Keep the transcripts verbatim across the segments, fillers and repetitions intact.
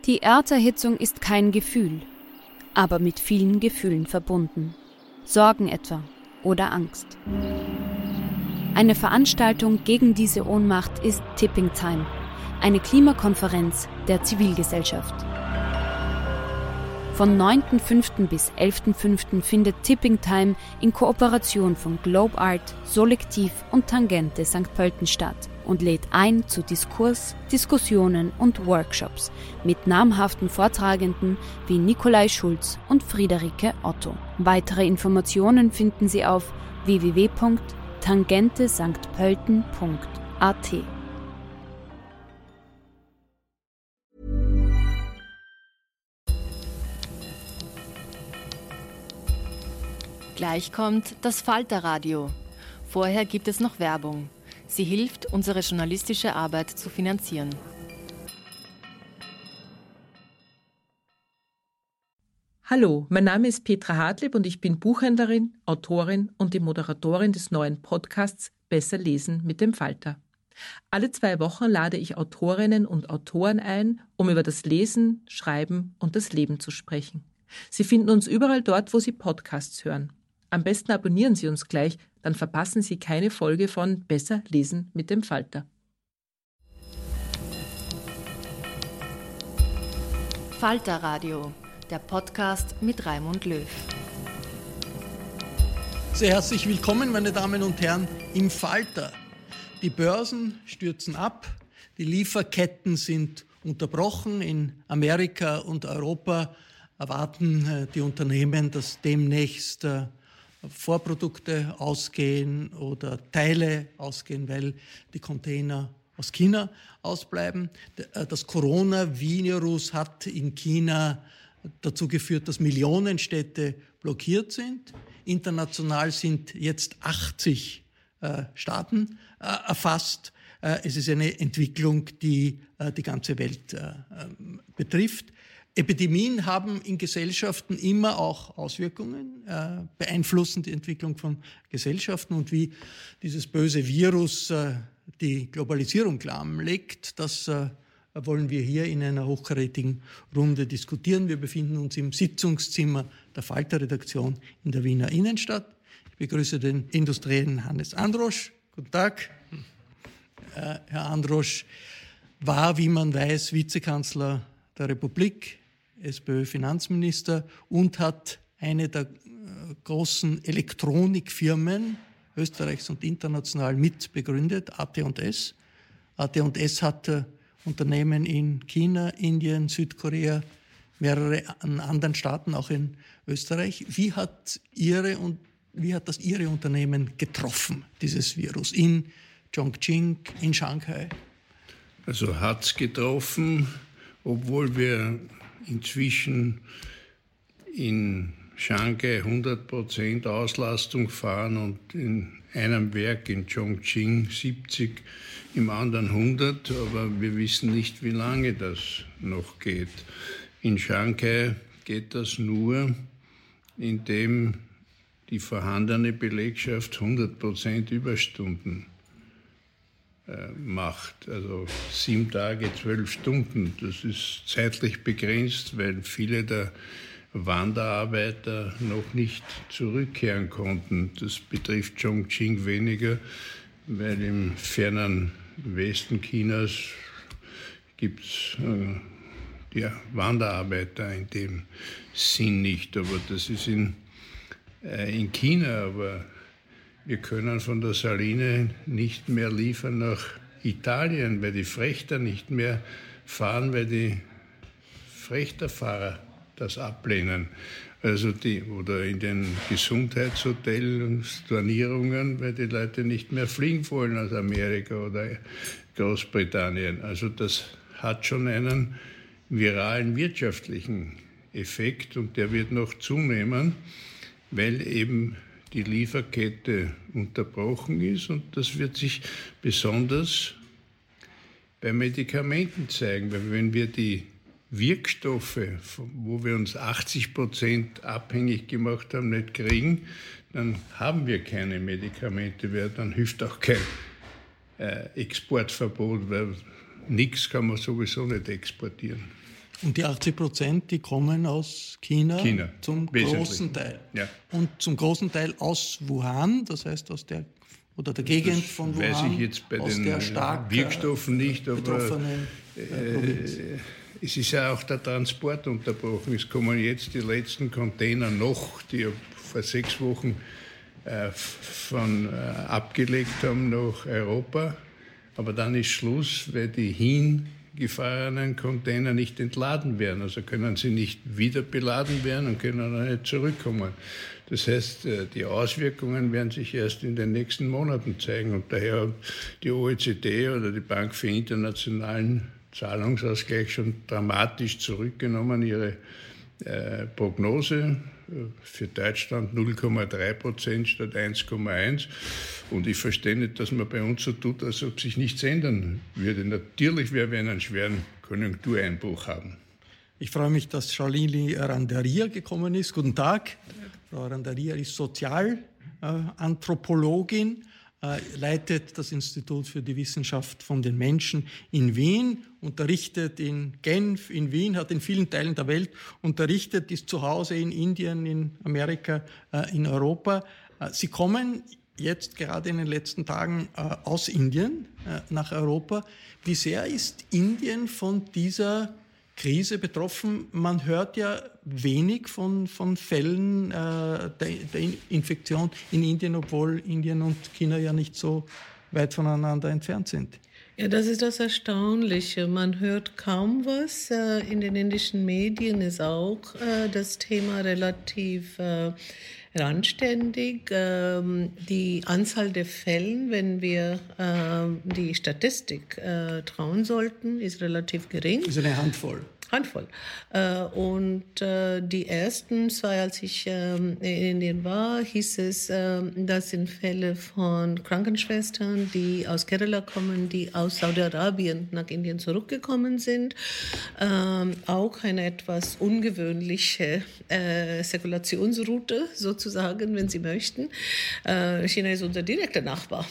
Die Erderhitzung ist kein Gefühl, aber mit vielen Gefühlen verbunden. Sorgen etwa oder Angst. Eine Veranstaltung gegen diese Ohnmacht ist Tipping Time, eine Klimakonferenz der Zivilgesellschaft. Von neunten fünften bis elften fünften findet Tipping Time in Kooperation von Globe Art, Solektiv und Tangente Sankt Pölten statt und lädt ein zu Diskurs, Diskussionen und Workshops mit namhaften Vortragenden wie Nikolai Schulz und Friederike Otto. Weitere Informationen finden Sie auf w w w punkt tangente sankt pölten punkt a t. Gleich kommt das Falter-Radio. Vorher gibt es noch Werbung. Sie hilft, unsere journalistische Arbeit zu finanzieren. Hallo, mein Name ist Petra Hartlieb und ich bin Buchhändlerin, Autorin und die Moderatorin des neuen Podcasts Besser lesen mit dem Falter. Alle zwei Wochen lade ich Autorinnen und Autoren ein, um über das Lesen, Schreiben und das Leben zu sprechen. Sie finden uns überall dort, wo Sie Podcasts hören. Am besten abonnieren Sie uns gleich, dann verpassen Sie keine Folge von Besser lesen mit dem Falter. Falter-Radio, der Podcast mit Raimund Löw. Sehr herzlich willkommen, meine Damen und Herren, im Falter. Die Börsen stürzen ab, die Lieferketten sind unterbrochen. In Amerika und Europa erwarten die Unternehmen, dass demnächst Vorprodukte ausgehen oder Teile ausgehen, weil die Container aus China ausbleiben. Das Coronavirus hat in China dazu geführt, dass Millionenstädte blockiert sind. International sind jetzt achtzig äh, Staaten äh, erfasst. Äh, es ist eine Entwicklung, die äh, die ganze Welt äh, betrifft. Epidemien haben in Gesellschaften immer auch Auswirkungen, äh, beeinflussen die Entwicklung von Gesellschaften und wie dieses böse Virus äh, die Globalisierung lahmlegt, das äh, wollen wir hier in einer hochkarätigen Runde diskutieren. Wir befinden uns im Sitzungszimmer der Falter-Redaktion in der Wiener Innenstadt. Ich begrüße den Industriellen Hannes Androsch. Guten Tag. Äh, Herr Androsch war, wie man weiß, Vizekanzler der Republik, SPÖ-Finanzminister und hat eine der großen Elektronikfirmen Österreichs und international mitbegründet, A T und S. A T und S hat äh, Unternehmen in China, Indien, Südkorea, mehrere an anderen Staaten, auch in Österreich. Wie hat, Ihre und, wie hat das Ihre Unternehmen getroffen, dieses Virus, in Chongqing, in Shanghai? Also hat es getroffen, obwohl wir inzwischen in Shanghai hundert Prozent Auslastung fahren und in einem Werk in Chongqing siebzig, im anderen hundert, aber wir wissen nicht, wie lange das noch geht. In Shanghai geht das nur, indem die vorhandene Belegschaft hundert Prozent Überstunden macht, also sieben Tage, zwölf Stunden. Das ist zeitlich begrenzt, weil viele der Wanderarbeiter noch nicht zurückkehren konnten. Das betrifft Chongqing weniger, weil im fernen Westen Chinas gibt es äh, die Wanderarbeiter in dem Sinn nicht. Aber das ist in, äh, in China, aber wir können von der Saline nicht mehr liefern nach Italien, weil die Frechter nicht mehr fahren, weil die Frechterfahrer das ablehnen. Also die, oder in den Gesundheitshotels und Stornierungen, weil die Leute nicht mehr fliegen wollen aus Amerika oder Großbritannien. Also das hat schon einen viralen wirtschaftlichen Effekt und der wird noch zunehmen, weil eben die Lieferkette unterbrochen ist und das wird sich besonders bei Medikamenten zeigen, weil wenn wir die Wirkstoffe, wo wir uns achtzig Prozent abhängig gemacht haben, nicht kriegen, dann haben wir keine Medikamente mehr, dann hilft auch kein äh, Exportverbot, weil nichts kann man sowieso nicht exportieren. Und die achtzig Prozent, die kommen aus China, China zum großen Teil. Ja. Und zum großen Teil aus Wuhan, das heißt aus der oder der Gegend das von Wuhan. Weiß ich jetzt bei den stark, Wirkstoffen nicht, aber äh, äh, es ist ja auch der Transport unterbrochen. Es kommen jetzt die letzten Container noch, die vor sechs Wochen äh, von, äh, abgelegt haben nach Europa. Aber dann ist Schluss, weil die hingefahrenen Container nicht entladen werden. Also können sie nicht wieder beladen werden und können auch nicht zurückkommen. Das heißt, die Auswirkungen werden sich erst in den nächsten Monaten zeigen. Und daher hat die O E C D oder die Bank für internationalen Zahlungsausgleich schon dramatisch zurückgenommen, ihre äh, Prognose für Deutschland null Komma drei Prozent statt eins Komma eins. Und ich verstehe nicht, dass man bei uns so tut, als ob sich nichts ändern würde. Natürlich werden wir einen schweren Konjunktureinbruch haben. Ich freue mich, dass Shalini Randeria gekommen ist. Guten Tag. Frau Randeria ist Sozialanthropologin, äh, leitet das Institut für die Wissenschaft von den Menschen in Wien, unterrichtet in Genf, in Wien, hat in vielen Teilen der Welt unterrichtet, ist zu Hause in Indien, in Amerika, äh, in Europa. Äh, Sie kommen jetzt gerade in den letzten Tagen äh, aus Indien äh, nach Europa. Wie sehr ist Indien von dieser Krise betroffen? Man hört ja wenig von, von Fällen äh, der, der Infektion in Indien, obwohl Indien und China ja nicht so weit voneinander entfernt sind. Ja, das ist das Erstaunliche. Man hört kaum was. In den indischen Medien ist auch das Thema relativ randständig. Die Anzahl der Fällen, wenn wir die Statistik trauen sollten, ist relativ gering. Das ist eine Handvoll. Handvoll. Und die ersten zwei, als ich in Indien war, hieß es, das sind Fälle von Krankenschwestern, die aus Kerala kommen, die aus Saudi-Arabien nach Indien zurückgekommen sind. Auch eine etwas ungewöhnliche Zirkulationsroute sozusagen, wenn Sie möchten. China ist unser direkter Nachbar.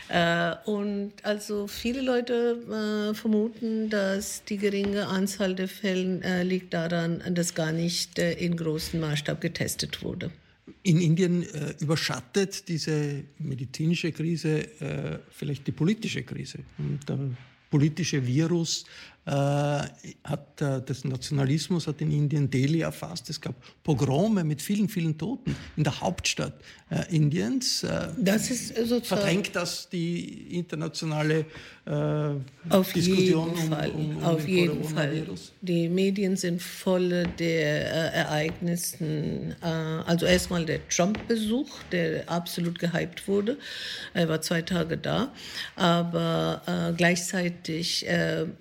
Und also viele Leute vermuten, dass die geringe Anzahl der Fällen äh, liegt daran, dass gar nicht äh, in großem Maßstab getestet wurde. In Indien äh, überschattet diese medizinische Krise äh, vielleicht die politische Krise. Und der politische Virus äh, hat äh, des Nationalismus hat in Indien Delhi erfasst. Es gab Pogrome mit vielen, vielen Toten in der Hauptstadt äh, Indiens. Äh, das ist sozusagen verdrängt das die internationale äh, auf Diskussion jeden Fall, um, um, um auf den jeden Fall. Coronavirus? Die Medien sind voll der äh, Ereignissen. Äh, also erstmal der Trump-Besuch, der absolut gehypt wurde. Er war zwei Tage da, aber äh, gleichzeitig äh, äh,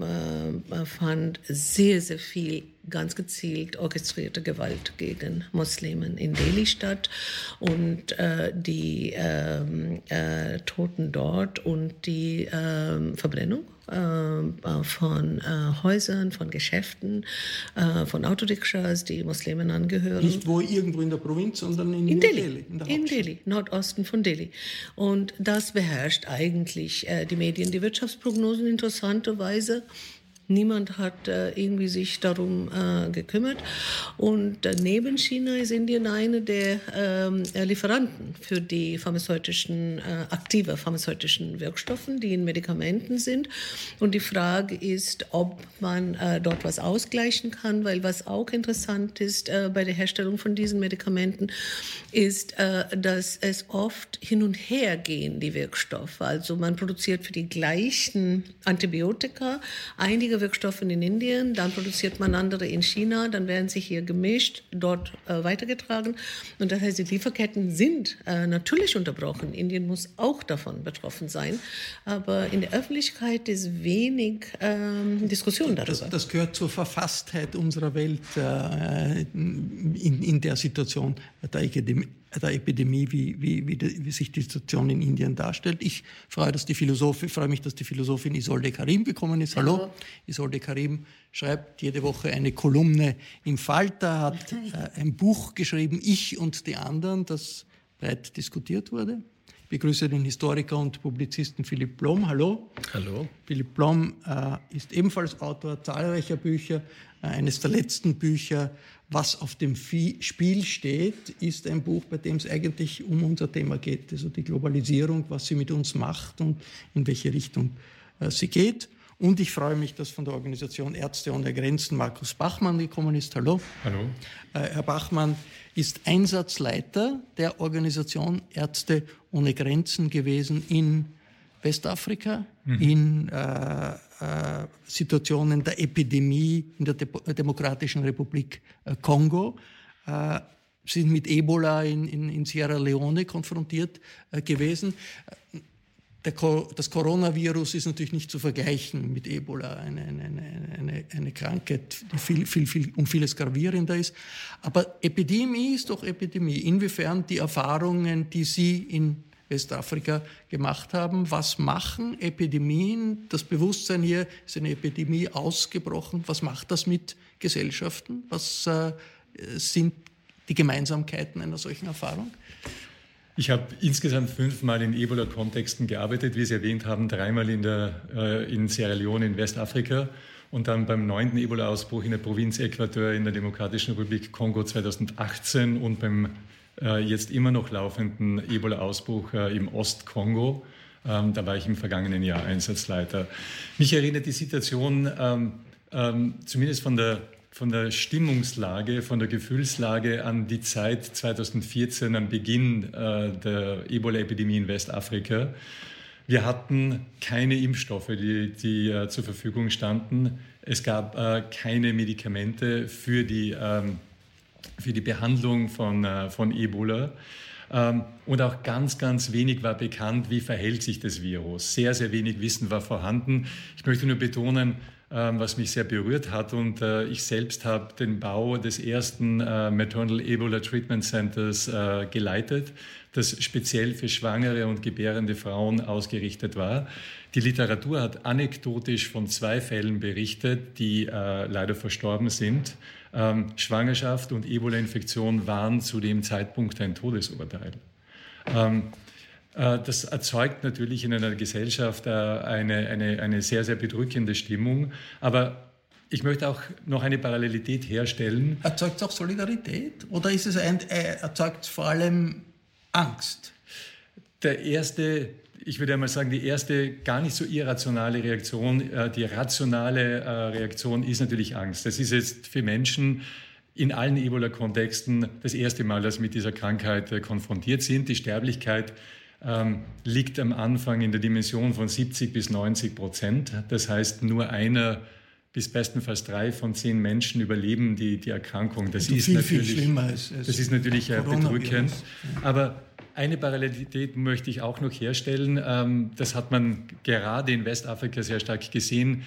fand sehr, sehr viel ganz gezielt orchestrierte Gewalt gegen Muslimen in Delhi statt und äh, die ähm, äh, Toten dort und die ähm, Verbrennung äh, von äh, Häusern, von Geschäften, äh, von Autorikschas, die Muslimen angehören. Nicht wo irgendwo in der Provinz, sondern in, in Delhi, Delhi in, der in Delhi, Nordosten von Delhi. Und das beherrscht eigentlich äh, die Medien. Die Wirtschaftsprognosen interessanterweise. Niemand hat äh, irgendwie sich darum äh, gekümmert. Und äh, neben China ist Indien eine der ähm, Lieferanten für die pharmazeutischen, äh, aktive pharmazeutischen Wirkstoffe, die in Medikamenten sind. Und die Frage ist, ob man äh, dort was ausgleichen kann, weil was auch interessant ist äh, bei der Herstellung von diesen Medikamenten, ist, äh, dass es oft hin und her gehen, die Wirkstoffe. Also man produziert für die gleichen Antibiotika einige Wirkstoffe in Indien, dann produziert man andere in China, dann werden sie hier gemischt, dort äh, weitergetragen. Und das heißt, die Lieferketten sind äh, natürlich unterbrochen. Indien muss auch davon betroffen sein. Aber in der Öffentlichkeit ist wenig ähm, Diskussion darüber. Das, das gehört zur Verfasstheit unserer Welt äh, in, in der Situation der Epidemie. der Epidemie, wie, wie, wie, die, wie sich die Situation in Indien darstellt. Ich freue, dass die Philosophin, freue mich, dass die Philosophin Isolde Karim gekommen ist. Hallo. Hallo. Isolde Karim schreibt jede Woche eine Kolumne im Falter, hat äh, ein Buch geschrieben, Ich und die anderen, das breit diskutiert wurde. Ich begrüße den Historiker und Publizisten Philipp Blom. Hallo. Hallo. Philipp Blom äh, ist ebenfalls Autor zahlreicher Bücher. Äh, eines der letzten Bücher, Was auf dem Spiel steht, ist ein Buch, bei dem es eigentlich um unser Thema geht, also die Globalisierung, was sie mit uns macht und in welche Richtung äh, sie geht. Und ich freue mich, dass von der Organisation Ärzte ohne Grenzen Markus Bachmann gekommen ist. Hallo. Hallo. Äh, Herr Bachmann ist Einsatzleiter der Organisation Ärzte ohne Grenzen gewesen in Westafrika, mhm. in äh, äh, Situationen der Epidemie in der De- Demokratischen Republik äh, Kongo, äh, sind mit Ebola in, in, in Sierra Leone konfrontiert äh, gewesen. Der Co- das Coronavirus ist natürlich nicht zu vergleichen mit Ebola, eine, eine, eine, eine Krankheit, die viel, viel, viel, um vieles gravierender ist. Aber Epidemie ist doch Epidemie. Inwiefern die Erfahrungen, die Sie in Westafrika gemacht haben, was machen Epidemien? Das Bewusstsein hier ist eine Epidemie ausgebrochen. Was macht das mit Gesellschaften? Was äh, sind die Gemeinsamkeiten einer solchen Erfahrung? Ich habe insgesamt fünfmal in Ebola-Kontexten gearbeitet, wie Sie erwähnt haben, dreimal in, der, äh, in Sierra Leone in Westafrika und dann beim neunten Ebola-Ausbruch in der Provinz Äquateur in der Demokratischen Republik Kongo zweitausendachtzehn und beim äh, jetzt immer noch laufenden Ebola-Ausbruch äh, im Ostkongo. Ähm, da war ich im vergangenen Jahr Einsatzleiter. Mich erinnert die Situation ähm, ähm, zumindest von der von der Stimmungslage, von der Gefühlslage an die Zeit zweitausendvierzehn, am Beginn äh, der Ebola-Epidemie in Westafrika. Wir hatten keine Impfstoffe, die, die äh, zur Verfügung standen. Es gab äh, keine Medikamente für die, ähm, für die Behandlung von, äh, von Ebola. Ähm, und auch ganz, ganz wenig war bekannt, wie verhält sich das Virus. Sehr, sehr wenig Wissen war vorhanden. Ich möchte nur betonen, was mich sehr berührt hat. Und äh, ich selbst habe den Bau des ersten äh, Maternal Ebola Treatment Centers äh, geleitet, das speziell für schwangere und gebärende Frauen ausgerichtet war. Die Literatur hat anekdotisch von zwei Fällen berichtet, die äh, leider verstorben sind. Ähm, Schwangerschaft und Ebola-Infektion waren zu dem Zeitpunkt ein Todesurteil. Ähm, Das erzeugt natürlich in einer Gesellschaft eine, eine, eine sehr, sehr bedrückende Stimmung. Aber ich möchte auch noch eine Parallelität herstellen. Erzeugt es auch Solidarität oder ist es ein, äh, erzeugt es vor allem Angst? Der erste, ich würde einmal sagen, die erste gar nicht so irrationale Reaktion, äh, die rationale äh, Reaktion ist natürlich Angst. Das ist jetzt für Menschen in allen Ebola-Kontexten das erste Mal, dass sie mit dieser Krankheit äh, konfrontiert sind. Die Sterblichkeit Ähm, liegt am Anfang in der Dimension von siebzig bis neunzig Prozent. Das heißt, nur einer bis bestenfalls drei von zehn Menschen überleben die, die Erkrankung. Das ist viel, natürlich, viel schlimmer als, als das ist natürlich bedrückend. Aber eine Parallelität möchte ich auch noch herstellen. Ähm, das hat man gerade in Westafrika sehr stark gesehen.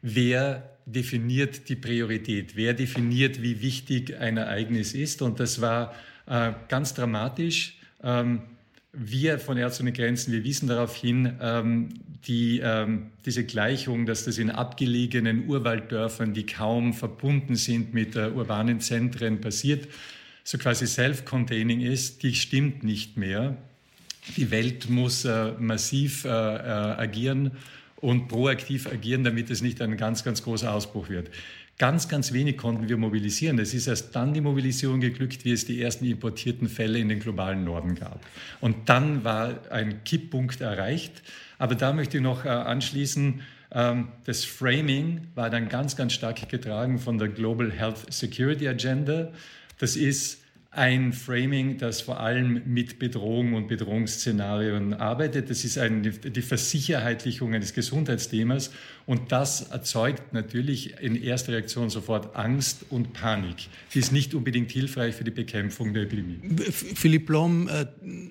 Wer definiert die Priorität? Wer definiert, wie wichtig ein Ereignis ist? Und das war äh, ganz dramatisch. Ähm, Wir von Ärzte ohne Grenzen, wir wiesen darauf hin, ähm, die, ähm, diese Gleichung, dass das in abgelegenen Urwalddörfern, die kaum verbunden sind mit äh, urbanen Zentren, passiert, so quasi self-containing ist, die stimmt nicht mehr. Die Welt muss äh, massiv äh, äh, agieren und proaktiv agieren, damit es nicht ein ganz, ganz großer Ausbruch wird. Ganz, ganz wenig konnten wir mobilisieren. Es ist erst dann die Mobilisierung geglückt, wie es die ersten importierten Fälle in den globalen Norden gab. Und dann war ein Kipppunkt erreicht. Aber da möchte ich noch äh, anschließen, ähm, das Framing war dann ganz, ganz stark getragen von der Global Health Security Agenda. Das ist ein Framing, das vor allem mit Bedrohung und Bedrohungsszenarien arbeitet. Das ist eine, die Versicherheitlichung eines Gesundheitsthemas und das erzeugt natürlich in erster Reaktion sofort Angst und Panik. Die ist nicht unbedingt hilfreich für die Bekämpfung der Epidemie. Philipp Blom, äh,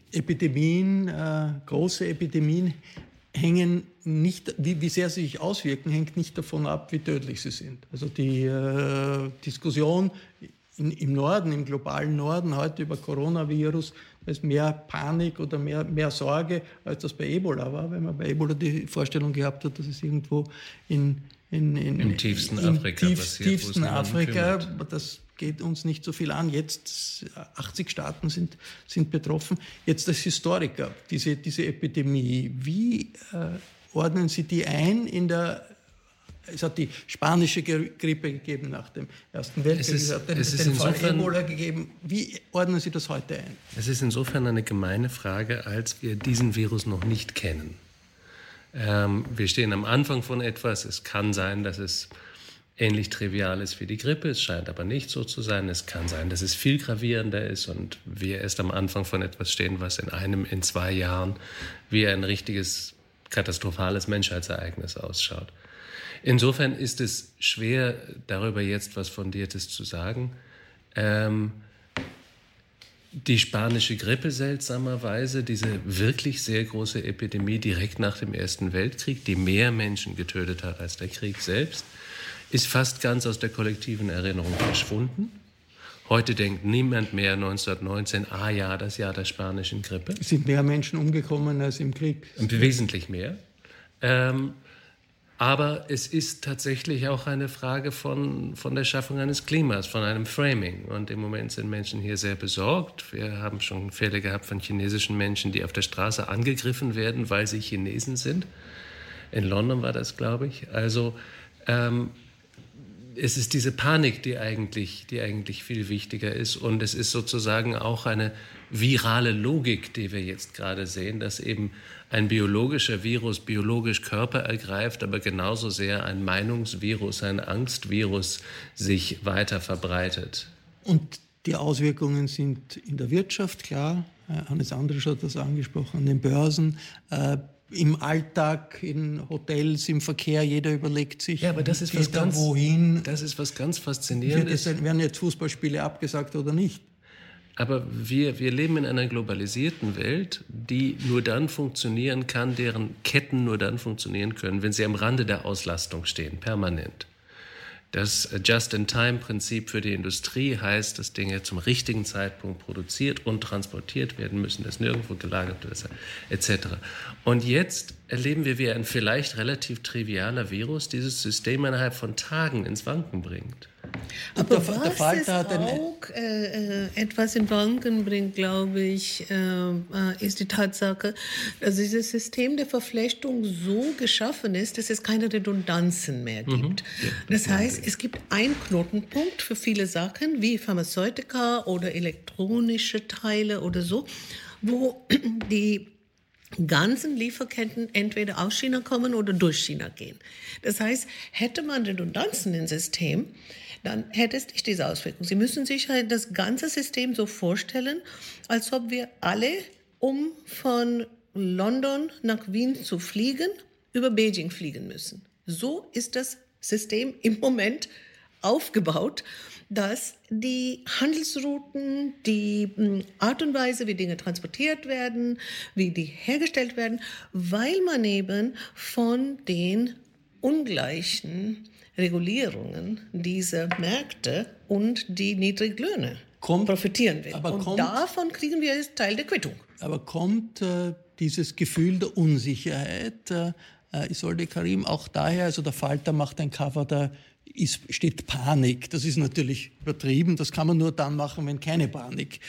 Epidemien, äh, große Epidemien hängen nicht, wie, wie sehr sie sich auswirken, hängt nicht davon ab, wie tödlich sie sind. Also die äh, Diskussion In, im Norden, im globalen Norden, heute über Coronavirus, da ist mehr Panik oder mehr, mehr Sorge, als das bei Ebola war, weil man bei Ebola die Vorstellung gehabt hat, dass es irgendwo in, in, in, im tiefsten in Afrika tief, passiert, tiefsten Afrika, das geht uns nicht so viel an. Jetzt achtzig Staaten sind, sind betroffen. Jetzt als Historiker, diese, diese Epidemie, wie äh, ordnen Sie die ein in der... Es hat die spanische Grippe gegeben nach dem Ersten Weltkrieg, es, ist, es hat den, es ist den Fall Ebola gegeben. Wie ordnen Sie das heute ein? Es ist insofern eine gemeine Frage, als wir diesen Virus noch nicht kennen. Ähm, wir stehen am Anfang von etwas. Es kann sein, dass es ähnlich trivial ist wie die Grippe. Es scheint aber nicht so zu sein. Es kann sein, dass es viel gravierender ist und wir erst am Anfang von etwas stehen, was in einem, in zwei Jahren wie ein richtiges katastrophales Menschheitsereignis ausschaut. Insofern ist es schwer, darüber jetzt was Fundiertes zu sagen. Ähm, die spanische Grippe seltsamerweise, diese wirklich sehr große Epidemie direkt nach dem Ersten Weltkrieg, die mehr Menschen getötet hat als der Krieg selbst, ist fast ganz aus der kollektiven Erinnerung verschwunden. Heute denkt niemand mehr neunzehnhundertneunzehn, ah ja, das Jahr der spanischen Grippe. Es sind mehr Menschen umgekommen als im Krieg. Wesentlich mehr. Ähm, Aber es ist tatsächlich auch eine Frage von, von der Schaffung eines Klimas, von einem Framing. Und im Moment sind Menschen hier sehr besorgt. Wir haben schon Fälle gehabt von chinesischen Menschen, die auf der Straße angegriffen werden, weil sie Chinesen sind. In London war das, glaube ich. Also ähm, es ist diese Panik, die eigentlich, die eigentlich viel wichtiger ist. Und es ist sozusagen auch eine virale Logik, die wir jetzt gerade sehen, dass eben ein biologischer Virus biologisch Körper ergreift, aber genauso sehr ein Meinungsvirus, ein Angstvirus sich weiter verbreitet. Und die Auswirkungen sind in der Wirtschaft, klar, Hannes Andrisch hat das angesprochen, an den Börsen, äh, im Alltag, in Hotels, im Verkehr, jeder überlegt sich, ja, aber das ist was ganz, wohin. Das ist was ganz Faszinierendes. Wird es, werden jetzt Fußballspiele abgesagt oder nicht? Aber wir, wir leben in einer globalisierten Welt, die nur dann funktionieren kann, deren Ketten nur dann funktionieren können, wenn sie am Rande der Auslastung stehen, permanent. Das Just-in-Time-Prinzip für die Industrie heißt, dass Dinge zum richtigen Zeitpunkt produziert und transportiert werden müssen, dass nirgendwo gelagert wird, et cetera. Und jetzt erleben wir, wie ein vielleicht relativ trivialer Virus dieses System innerhalb von Tagen ins Wanken bringt. Aber der, was der Falter hat auch äh, etwas in Wanken bringt, glaube ich, äh, ist die Tatsache, dass dieses System der Verflechtung so geschaffen ist, dass es keine Redundanzen mehr gibt. Mhm. Das heißt, es gibt einen Knotenpunkt für viele Sachen, wie Pharmazeutika oder elektronische Teile oder so, wo die ganzen Lieferketten entweder aus China kommen oder durch China gehen. Das heißt, hätte man Redundanzen im System, dann hätte es nicht diese Auswirkung. Sie müssen sich halt das ganze System so vorstellen, als ob wir alle, um von London nach Wien zu fliegen, über Beijing fliegen müssen. So ist das System im Moment aufgebaut, dass die Handelsrouten, die Art und Weise, wie Dinge transportiert werden, wie die hergestellt werden, weil man eben von den ungleichen Regulierungen dieser Märkte und die Niedriglöhne kommt, profitieren will. Aber und kommt, davon kriegen wir jetzt Teil der Quittung. Aber kommt äh, dieses Gefühl der Unsicherheit, äh, Isolde Karim, auch daher, also der Falter macht ein Cover, da ist, steht Panik. Das ist natürlich übertrieben. Das kann man nur dann machen, wenn keine Panik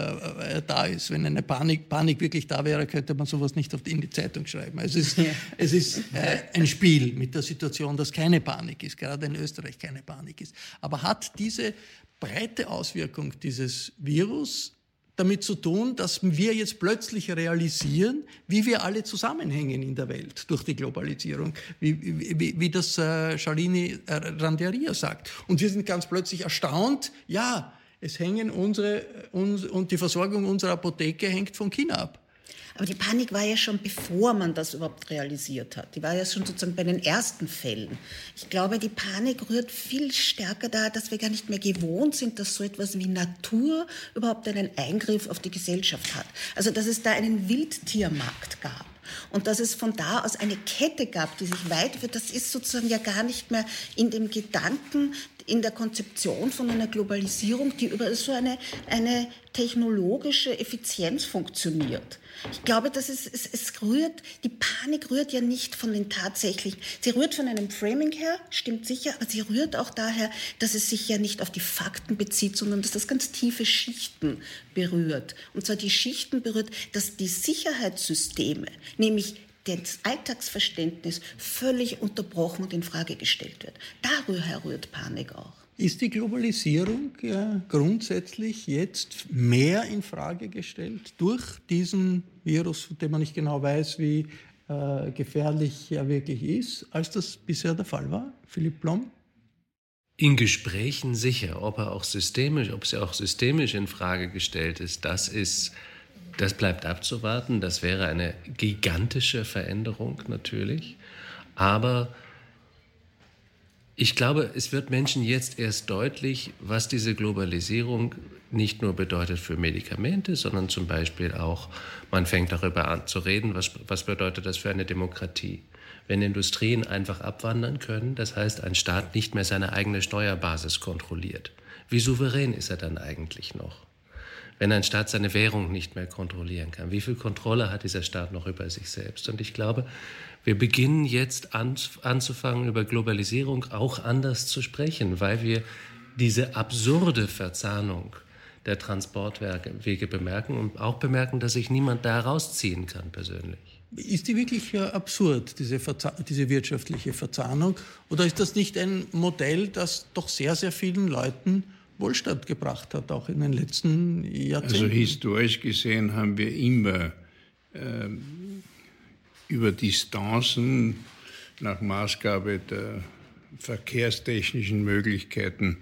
äh, da ist. Wenn eine Panik, Panik wirklich da wäre, könnte man sowas nicht auf die, in die Zeitung schreiben. Also es ist, es ist äh, ein Spiel mit der Situation, dass keine Panik ist, gerade in Österreich keine Panik ist. Aber hat diese breite Auswirkung dieses Virus damit zu tun, dass wir jetzt plötzlich realisieren, wie wir alle zusammenhängen in der Welt durch die Globalisierung, wie, wie, wie das äh, Shalini äh, Randeria sagt. Und wir sind ganz plötzlich erstaunt, ja, es hängen unsere, uns, und die Versorgung unserer Apotheke hängt von China ab. Aber die Panik war ja schon, bevor man das überhaupt realisiert hat. Die war ja schon sozusagen bei den ersten Fällen. Ich glaube, die Panik rührt viel stärker daher, dass wir gar nicht mehr gewohnt sind, dass so etwas wie Natur überhaupt einen Eingriff auf die Gesellschaft hat. Also, dass es da einen Wildtiermarkt gab. Und dass es von da aus eine Kette gab, die sich weiterführt, das ist sozusagen ja gar nicht mehr in dem Gedanken in der Konzeption von einer Globalisierung, die über so eine, eine technologische Effizienz funktioniert. Ich glaube, dass es, es, es rührt, die Panik rührt ja nicht von den tatsächlichen, sie rührt von einem Framing her, stimmt sicher, aber sie rührt auch daher, dass es sich ja nicht auf die Fakten bezieht, sondern dass das ganz tiefe Schichten berührt. Und zwar die Schichten berührt, dass die Sicherheitssysteme, nämlich das Alltagsverständnis, völlig unterbrochen und in Frage gestellt wird. Daher rührt Panik auch. Ist die Globalisierung ja grundsätzlich jetzt mehr in Frage gestellt durch diesen Virus, von dem man nicht genau weiß, wie äh, gefährlich er wirklich ist, als das bisher der Fall war? Philipp Blom? In Gesprächen sicher, ob er auch systemisch, ob sie auch systemisch in Frage gestellt ist, das ist, das bleibt abzuwarten. Das wäre eine gigantische Veränderung natürlich, aber ich glaube, es wird Menschen jetzt erst deutlich, was diese Globalisierung nicht nur bedeutet für Medikamente, sondern zum Beispiel auch, man fängt darüber an zu reden, was, was bedeutet das für eine Demokratie. Wenn Industrien einfach abwandern können, das heißt, ein Staat nicht mehr seine eigene Steuerbasis kontrolliert. Wie souverän ist er dann eigentlich noch? Wenn ein Staat seine Währung nicht mehr kontrollieren kann, wie viel Kontrolle hat dieser Staat noch über sich selbst? Und ich glaube, wir beginnen jetzt an, anzufangen, über Globalisierung auch anders zu sprechen, weil wir diese absurde Verzahnung der Transportwege bemerken und auch bemerken, dass sich niemand da rausziehen kann persönlich. Ist die wirklich äh, absurd, diese, diese wirtschaftliche Verzahnung? Oder ist das nicht ein Modell, das doch sehr, sehr vielen Leuten Wohlstand gebracht hat, auch in den letzten Jahrzehnten? Also historisch gesehen haben wir immer äh, über Distanzen nach Maßgabe der verkehrstechnischen Möglichkeiten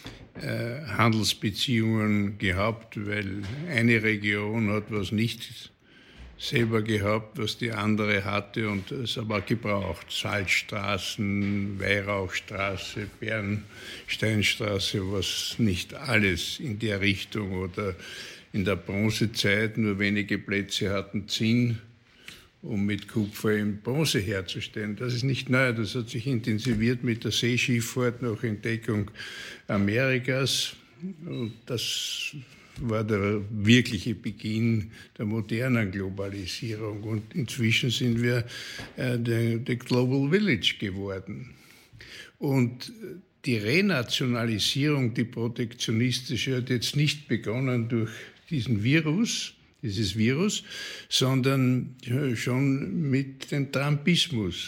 äh, Handelsbeziehungen gehabt, weil eine Region hat was nicht selber gehabt, was die andere hatte und es aber gebraucht. Salzstraßen, Weihrauchstraße, Bernsteinstraße, was nicht alles in der Richtung oder in der Bronzezeit nur wenige Plätze hatten Zinn, um mit Kupfer in Bronze herzustellen. Das ist nicht neu, das hat sich intensiviert mit der Seeschifffahrt nach Entdeckung Amerikas. Und das war der wirkliche Beginn der modernen Globalisierung. Und inzwischen sind wir äh, der, der Global Village geworden. Und die Renationalisierung, die protektionistische, hat jetzt nicht begonnen durch diesen Virus, dieses Virus, sondern schon mit dem Trumpismus.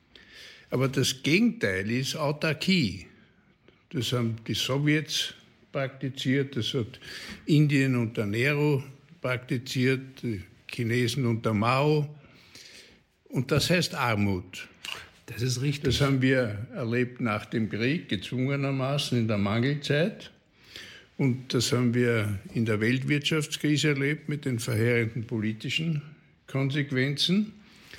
Aber das Gegenteil ist Autarkie. Das haben die Sowjets praktiziert, das hat Indien unter Nehru praktiziert, die Chinesen unter Mao. Und das heißt Armut. Das ist richtig. Das haben wir erlebt nach dem Krieg, gezwungenermaßen in der Mangelzeit. Und das haben wir in der Weltwirtschaftskrise erlebt mit den verheerenden politischen Konsequenzen.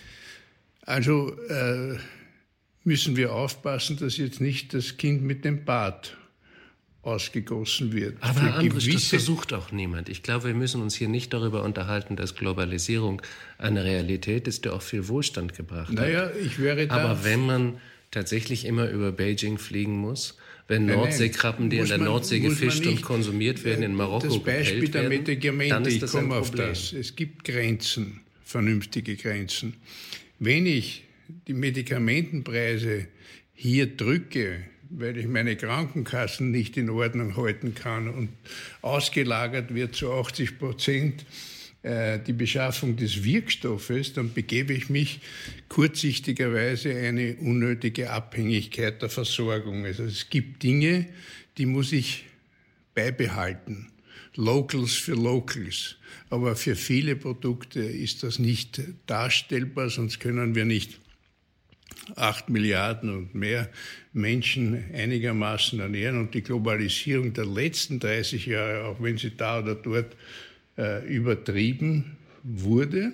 Also äh, müssen wir aufpassen, dass jetzt nicht das Kind mit dem Bad ausgegossen wird. Aber Herr Andrisch, das versucht auch niemand. Ich glaube, wir müssen uns hier nicht darüber unterhalten, dass Globalisierung eine Realität ist, die auch viel Wohlstand gebracht naja, hat. Ich wäre da. Aber wenn man tatsächlich immer über Beijing fliegen muss, wenn nein, Nordseekrabben, die in der man, Nordsee gefischt nicht, und konsumiert werden, in Marokko das Beispiel der werden, Medikamente, dann ist das ich komme ein auf Problem. das. Es gibt Grenzen, vernünftige Grenzen. Wenn ich die Medikamentenpreise hier drücke, weil ich meine Krankenkassen nicht in Ordnung halten kann und ausgelagert wird zu achtzig Prozent die Beschaffung des Wirkstoffes, dann begebe ich mich kurzsichtigerweise eine unnötige Abhängigkeit der Versorgung. Also es gibt Dinge, die muss ich beibehalten. Locals für Locals. Aber für viele Produkte ist das nicht darstellbar, sonst können wir nicht acht Milliarden und mehr Menschen einigermaßen ernähren. Und die Globalisierung der letzten dreißig Jahre, auch wenn sie da oder dort äh, übertrieben wurde,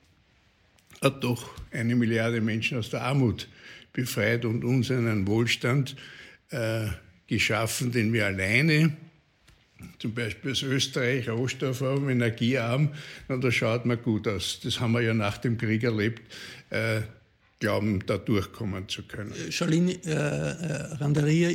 hat doch eine Milliarde Menschen aus der Armut befreit und uns einen Wohlstand äh, geschaffen, den wir alleine, zum Beispiel als Österreich, rohstoffarm, energiearm, na, das schaut mir gut aus. Das haben wir ja nach dem Krieg erlebt, äh, glauben, da durchkommen zu können. Charlene äh, Randeria, ist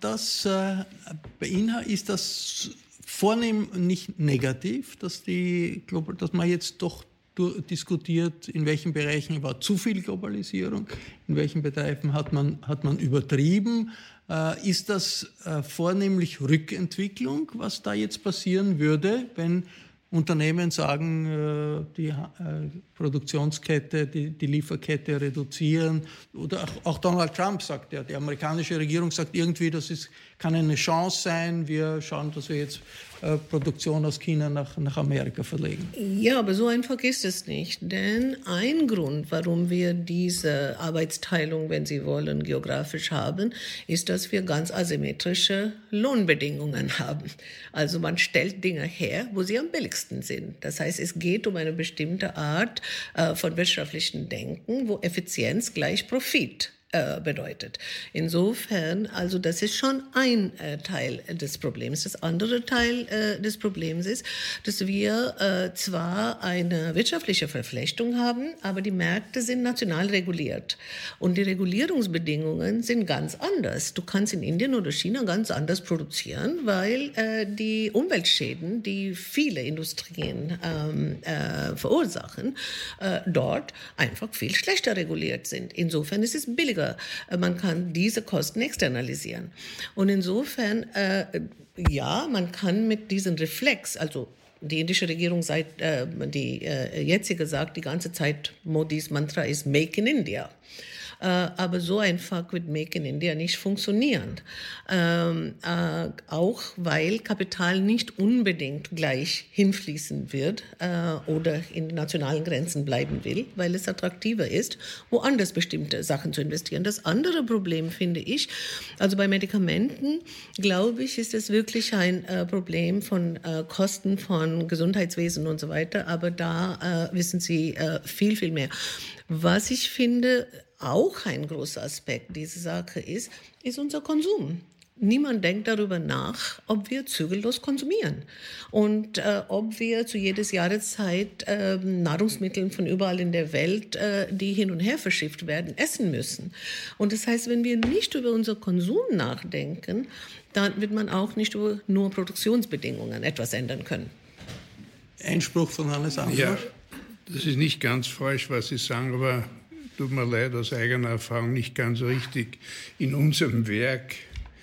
das äh, beinhaltet, ist das vornehm nicht negativ, dass, die, dass man jetzt doch diskutiert, in welchen Bereichen war zu viel Globalisierung, in welchen Bereichen hat man, hat man übertrieben. Äh, ist das äh, vornehmlich Rückentwicklung, was da jetzt passieren würde, wenn Unternehmen sagen, äh, die äh, Produktionskette, die, die Lieferkette reduzieren? Oder auch, auch Donald Trump sagt ja, die amerikanische Regierung sagt irgendwie, das ist, kann eine Chance sein, wir schauen, dass wir jetzt äh, Produktion aus China nach, nach Amerika verlegen. Ja, aber so einfach ist es nicht. Denn ein Grund, warum wir diese Arbeitsteilung, wenn Sie wollen, geografisch haben, ist, dass wir ganz asymmetrische Lohnbedingungen haben. Also man stellt Dinge her, wo sie am billigsten sind. Das heißt, es geht um eine bestimmte Art äh, von wirtschaftlichem Denken, wo Effizienz gleich Profit bedeutet. Insofern, also das ist schon ein äh, Teil des Problems. Das andere Teil äh, des Problems ist, dass wir äh, zwar eine wirtschaftliche Verflechtung haben, aber die Märkte sind national reguliert. Und die Regulierungsbedingungen sind ganz anders. Du kannst in Indien oder China ganz anders produzieren, weil äh, die Umweltschäden, die viele Industrien ähm, äh, verursachen, äh, dort einfach viel schlechter reguliert sind. Insofern ist es billiger. Man kann diese Kosten externalisieren. Und insofern, äh, ja, man kann mit diesem Reflex, also die indische Regierung, seit äh, die äh, jetzige sagt die ganze Zeit, Modis Mantra ist Make in India. Aber so einfach wird Make in India nicht funktionieren. Ähm, äh, auch weil Kapital nicht unbedingt gleich hinfließen wird äh, oder in den nationalen Grenzen bleiben will, weil es attraktiver ist, woanders bestimmte Sachen zu investieren. Das andere Problem finde ich, also bei Medikamenten, glaube ich, ist es wirklich ein äh, Problem von äh, Kosten von Gesundheitswesen und so weiter, aber da äh, wissen Sie äh, viel, viel mehr. Was ich finde, auch ein großer Aspekt dieser Sache ist, ist unser Konsum. Niemand denkt darüber nach, ob wir zügellos konsumieren und äh, ob wir zu jedes Jahreszeit äh, Nahrungsmittel von überall in der Welt, äh, die hin und her verschifft werden, essen müssen. Und das heißt, wenn wir nicht über unser Konsum nachdenken, dann wird man auch nicht über nur Produktionsbedingungen etwas ändern können. Einspruch von Hannes Ambrosch. Ja, das ist nicht ganz falsch, was Sie sagen, aber tut mir leid, aus eigener Erfahrung nicht ganz richtig. In unserem Werk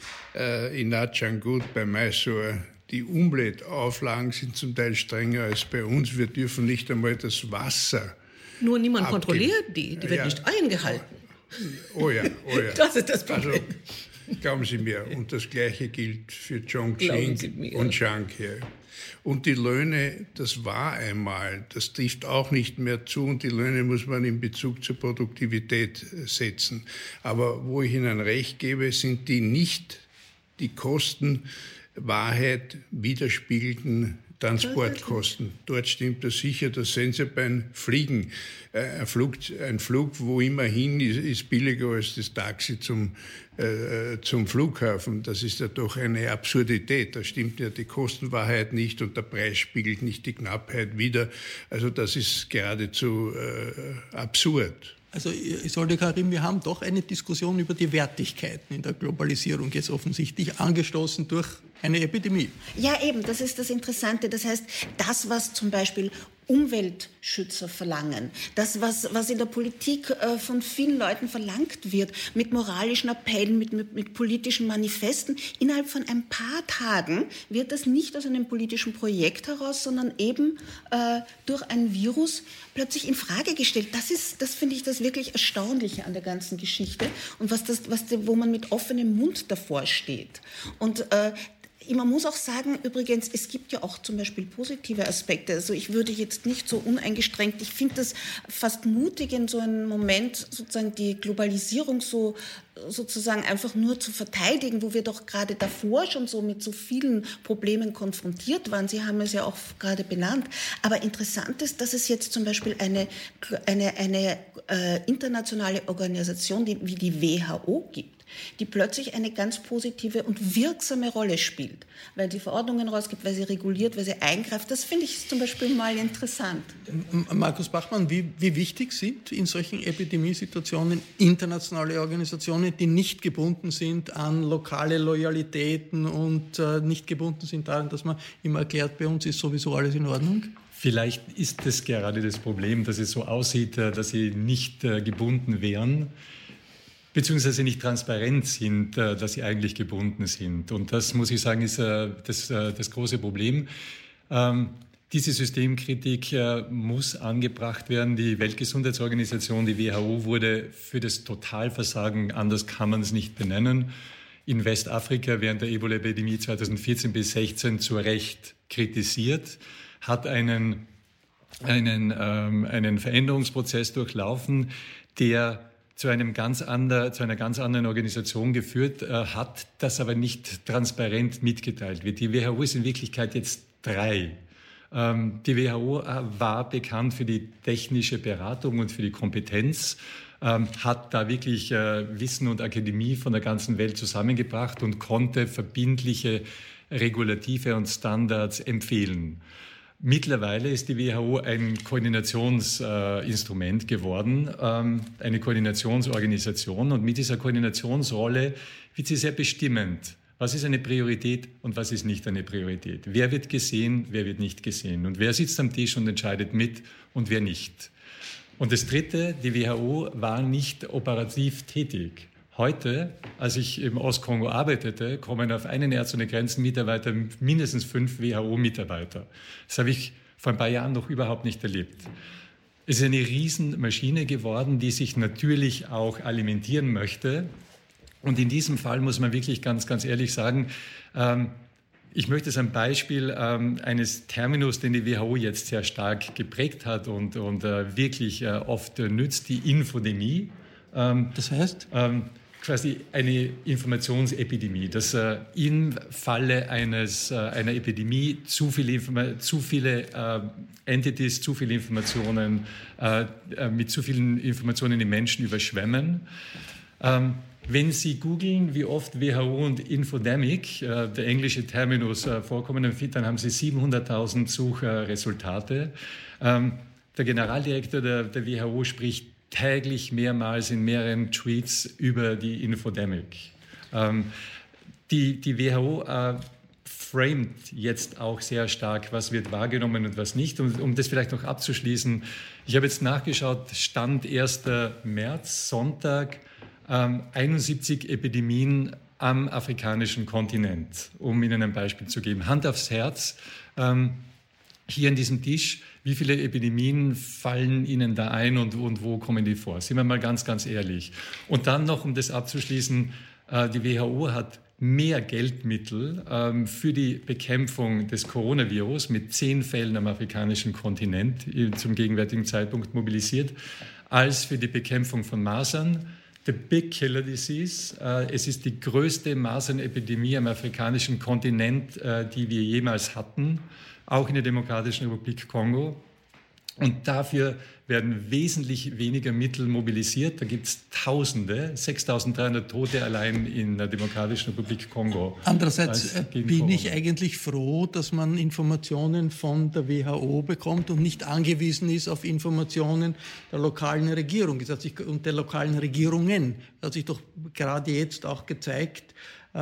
äh, in Nachangut bei Mysore, die Umweltauflagen sind zum Teil strenger als bei uns. Wir dürfen nicht einmal das Wasser Nur niemand abgeben. Kontrolliert die, die wird ja. nicht eingehalten. Oh ja, oh ja. Das ist das Problem. Also, glauben Sie mir, und das Gleiche gilt für Chongqing und Shanghai. Und die Löhne, das war einmal, das trifft auch nicht mehr zu und die Löhne muss man in Bezug zur Produktivität setzen. Aber wo ich Ihnen recht gebe, sind die nicht die Kosten Wahrheit widerspiegelten Transportkosten. Dort stimmt das sicher, das sehen Sie beim Fliegen. Ein Flug, ein Flug wo immer hin, ist, ist billiger als das Taxi zum, äh, zum Flughafen. Das ist ja doch eine Absurdität. Da stimmt ja die Kostenwahrheit nicht und der Preis spiegelt nicht die Knappheit wider. Also das ist geradezu äh, absurd. Also Isolde Karim, wir haben doch eine Diskussion über die Wertigkeiten in der Globalisierung jetzt offensichtlich angestoßen durch eine Epidemie. Ja, eben, das ist das Interessante. Das heißt, das, was zum Beispiel Umweltschützer verlangen, das, was, was in der Politik äh, von vielen Leuten verlangt wird, mit moralischen Appellen, mit, mit, mit politischen Manifesten, innerhalb von ein paar Tagen wird das nicht aus einem politischen Projekt heraus, sondern eben äh, durch ein Virus plötzlich in Frage gestellt. Das ist, das finde ich das wirklich Erstaunliche an der ganzen Geschichte und was das, was, wo man mit offenem Mund davor steht. Und äh, man muss auch sagen, übrigens, es gibt ja auch zum Beispiel positive Aspekte. Also ich würde jetzt nicht so uneingestrengt, ich finde das fast mutig in so einem Moment, sozusagen die Globalisierung so sozusagen einfach nur zu verteidigen, wo wir doch gerade davor schon so mit so vielen Problemen konfrontiert waren. Sie haben es ja auch gerade benannt. Aber interessant ist, dass es jetzt zum Beispiel eine, eine, eine äh, internationale Organisation die, wie die W H O gibt, die plötzlich eine ganz positive und wirksame Rolle spielt, weil sie Verordnungen rausgibt, weil sie reguliert, weil sie eingreift. Das finde ich zum Beispiel mal interessant. Markus Bachmann, wie, wie wichtig sind in solchen Epidemiesituationen internationale Organisationen, die nicht gebunden sind an lokale Loyalitäten und äh, nicht gebunden sind daran, dass man immer erklärt, bei uns ist sowieso alles in Ordnung? Vielleicht ist es gerade das Problem, dass es so aussieht, dass sie nicht gebunden wären, beziehungsweise nicht transparent sind, dass sie eigentlich gebunden sind. Und das, muss ich sagen, ist das, das große Problem. Diese Systemkritik muss angebracht werden. Die Weltgesundheitsorganisation, die W H O, wurde für das Totalversagen, anders kann man es nicht benennen, in Westafrika während der Ebola-Epidemie zweitausendvierzehn bis sechzehn zu Recht kritisiert, hat einen, einen, ähm, einen Veränderungsprozess durchlaufen, der zu, einem ganz ander, zu einer ganz anderen Organisation geführt äh, hat, das aber nicht transparent mitgeteilt wird. Die W H O ist in Wirklichkeit jetzt drei. Ähm, die W H O war bekannt für die technische Beratung und für die Kompetenz, ähm, hat da wirklich äh, Wissen und Akademie von der ganzen Welt zusammengebracht und konnte verbindliche Regulative und Standards empfehlen. Mittlerweile ist die W H O ein Koordinationsinstrument äh, geworden, ähm, eine Koordinationsorganisation. Und mit dieser Koordinationsrolle wird sie sehr bestimmend. Was ist eine Priorität und was ist nicht eine Priorität? Wer wird gesehen, wer wird nicht gesehen? Und wer sitzt am Tisch und entscheidet mit und wer nicht? Und das Dritte, die W H O war nicht operativ tätig. Heute, als ich im Ostkongo arbeitete, kommen auf einen Ärzte ohne Grenzen Mitarbeiter mindestens fünf W H O-Mitarbeiter. Das habe ich vor ein paar Jahren noch überhaupt nicht erlebt. Es ist eine Riesenmaschine geworden, die sich natürlich auch alimentieren möchte. Und in diesem Fall muss man wirklich ganz, ganz ehrlich sagen, ähm, ich möchte es am Beispiel ähm, eines Terminus, den die W H O jetzt sehr stark geprägt hat und, und äh, wirklich äh, oft äh, nützt, die Infodemie. Ähm, das heißt? Ähm, quasi eine Informationsepidemie, dass äh, im Falle eines, äh, einer Epidemie zu viele, Informa- zu viele äh, Entities, zu viele Informationen, äh, äh, mit zu vielen Informationen die Menschen überschwemmen. Ähm, wenn Sie googeln, wie oft W H O und Infodemic, äh, der englische Terminus, äh, vorkommen, dann haben Sie siebenhunderttausend Suchresultate. Ähm, der Generaldirektor der, der W H O spricht täglich mehrmals in mehreren Tweets über die Infodemic. Ähm, die, die W H O äh, framet jetzt auch sehr stark, was wird wahrgenommen und was nicht. Und um das vielleicht noch abzuschließen, ich habe jetzt nachgeschaut, Stand ersten März, Sonntag, ähm, einundsiebzig Epidemien am afrikanischen Kontinent, um Ihnen ein Beispiel zu geben. Hand aufs Herz, ähm, hier an diesem Tisch, wie viele Epidemien fallen Ihnen da ein und, und wo kommen die vor? Sind wir mal ganz, ganz ehrlich. Und dann noch, um das abzuschließen, äh, die W H O hat mehr Geldmittel ähm, für die Bekämpfung des Coronavirus mit zehn Fällen am afrikanischen Kontinent äh, zum gegenwärtigen Zeitpunkt mobilisiert, als für die Bekämpfung von Masern. The Big Killer Disease. Äh, es ist die größte Masernepidemie am afrikanischen Kontinent, äh, die wir jemals hatten, auch in der Demokratischen Republik Kongo. Und dafür werden wesentlich weniger Mittel mobilisiert. Da gibt es Tausende, sechstausenddreihundert Tote allein in der Demokratischen Republik Kongo. Andererseits bin Corona. Ich eigentlich froh, dass man Informationen von der W H O bekommt und nicht angewiesen ist auf Informationen der lokalen Regierung das hat sich, und der lokalen Regierungen. Das hat sich doch gerade jetzt auch gezeigt,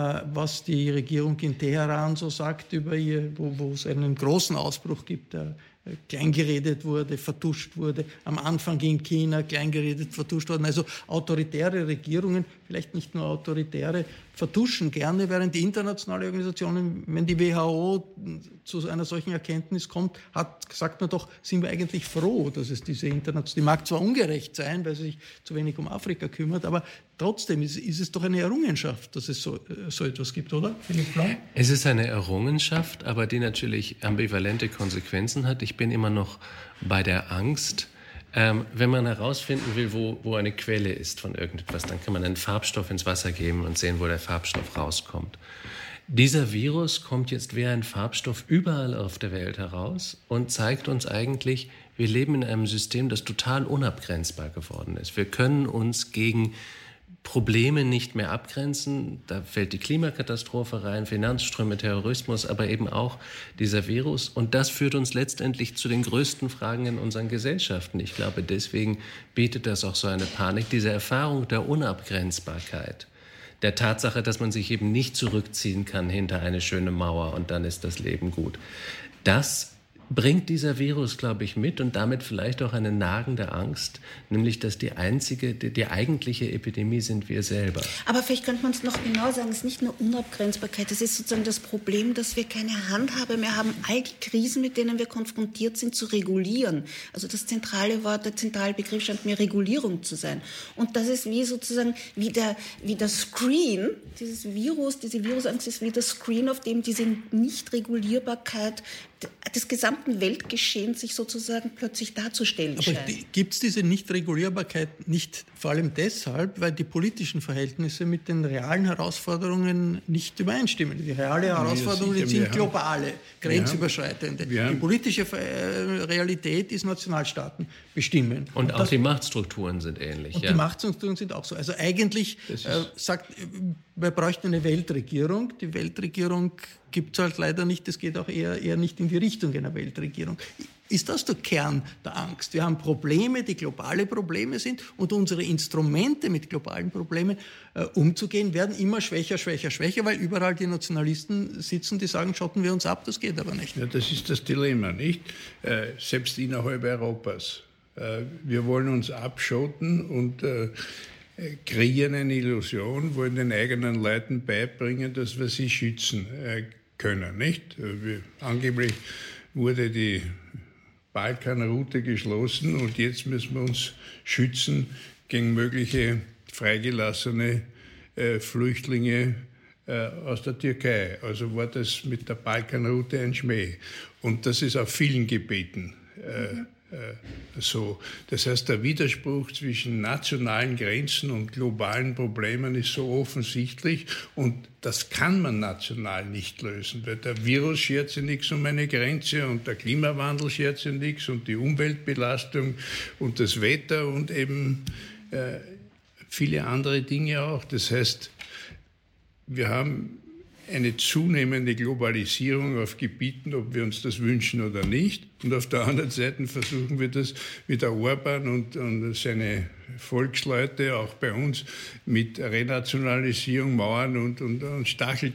was die Regierung in Teheran so sagt, über ihr, wo, wo es einen großen Ausbruch gibt, der kleingeredet wurde, vertuscht wurde. Am Anfang in China kleingeredet, vertuscht worden. Also autoritäre Regierungen, vielleicht nicht nur autoritäre, vertuschen gerne, während die internationale Organisationen, wenn die W H O zu einer solchen Erkenntnis kommt, hat, sagt man doch, sind wir eigentlich froh, dass es diese internationale, die mag zwar ungerecht sein, weil sie sich zu wenig um Afrika kümmert, aber trotzdem ist, ist es doch eine Errungenschaft, dass es so, so etwas gibt, oder? Philipp Blanc? Es ist eine Errungenschaft, aber die natürlich ambivalente Konsequenzen hat. Ich bin immer noch bei der Angst. Ähm, wenn man herausfinden will, wo, wo eine Quelle ist von irgendetwas, dann kann man einen Farbstoff ins Wasser geben und sehen, wo der Farbstoff rauskommt. Dieser Virus kommt jetzt wie ein Farbstoff überall auf der Welt heraus und zeigt uns eigentlich, wir leben in einem System, das total unabgrenzbar geworden ist. Wir können uns gegen Probleme nicht mehr abgrenzen. Da fällt die Klimakatastrophe rein, Finanzströme, Terrorismus, aber eben auch dieser Virus. Und das führt uns letztendlich zu den größten Fragen in unseren Gesellschaften. Ich glaube, deswegen bietet das auch so eine Panik, diese Erfahrung der Unabgrenzbarkeit, der Tatsache, dass man sich eben nicht zurückziehen kann hinter eine schöne Mauer und dann ist das Leben gut. Das bringt dieser Virus, glaube ich, mit und damit vielleicht auch eine nagende Angst, nämlich, dass die einzige, die, die eigentliche Epidemie sind wir selber. Aber vielleicht könnte man es noch genau sagen, es ist nicht nur Unabgrenzbarkeit, es ist sozusagen das Problem, dass wir keine Handhabe mehr haben, all die Krisen, mit denen wir konfrontiert sind, zu regulieren. Also das zentrale Wort, der zentrale Begriff scheint mir Regulierung zu sein. Und das ist wie sozusagen, wie der, wie der Screen, dieses Virus, diese Virusangst ist wie der Screen, auf dem diese Nichtregulierbarkeit des gesamten Weltgeschehens sich sozusagen plötzlich darzustellen scheint. Aber gibt es diese Nichtregulierbarkeit nicht vor allem deshalb, weil die politischen Verhältnisse mit den realen Herausforderungen nicht übereinstimmen? Die reale Herausforderungen ja, sind globale, grenzüberschreitende. Die politische Realität ist Nationalstaaten bestimmen. Und, und auch das, die Machtstrukturen sind ähnlich. Und ja. die Machtstrukturen sind auch so. Also eigentlich äh, sagt, wir bräuchten eine Weltregierung. Die Weltregierung gibt es halt leider nicht. Das geht auch eher, eher nicht in die Richtung einer Weltregierung. Ist das der Kern der Angst? Wir haben Probleme, die globale Probleme sind und unsere Instrumente mit globalen Problemen äh, umzugehen, werden immer schwächer, schwächer, schwächer, weil überall die Nationalisten sitzen, die sagen, schotten wir uns ab, das geht aber nicht. Ja, das ist das Dilemma, nicht? Äh, selbst innerhalb Europas. Äh, wir wollen uns abschotten und äh, kreieren eine Illusion, wollen den eigenen Leuten beibringen, dass wir sie schützen äh, können, nicht? Wir, angeblich wurde die Balkanroute geschlossen und jetzt müssen wir uns schützen gegen mögliche freigelassene äh, Flüchtlinge äh, aus der Türkei. Also war das mit der Balkanroute ein Schmäh. Und das ist auf vielen Gebieten äh, mhm. äh, so. Das heißt, der Widerspruch zwischen nationalen Grenzen und globalen Problemen ist so offensichtlich und das kann man national nicht lösen, weil der Virus schert sich nichts um eine Grenze und der Klimawandel schert sich nichts und die Umweltbelastung und das Wetter und eben äh, viele andere Dinge auch. Das heißt, wir haben eine zunehmende Globalisierung auf Gebieten, ob wir uns das wünschen oder nicht. Und auf der anderen Seite versuchen wir das mit der Orban und, und seine Volksleute, auch bei uns, mit Renationalisierung, Mauern und, und, und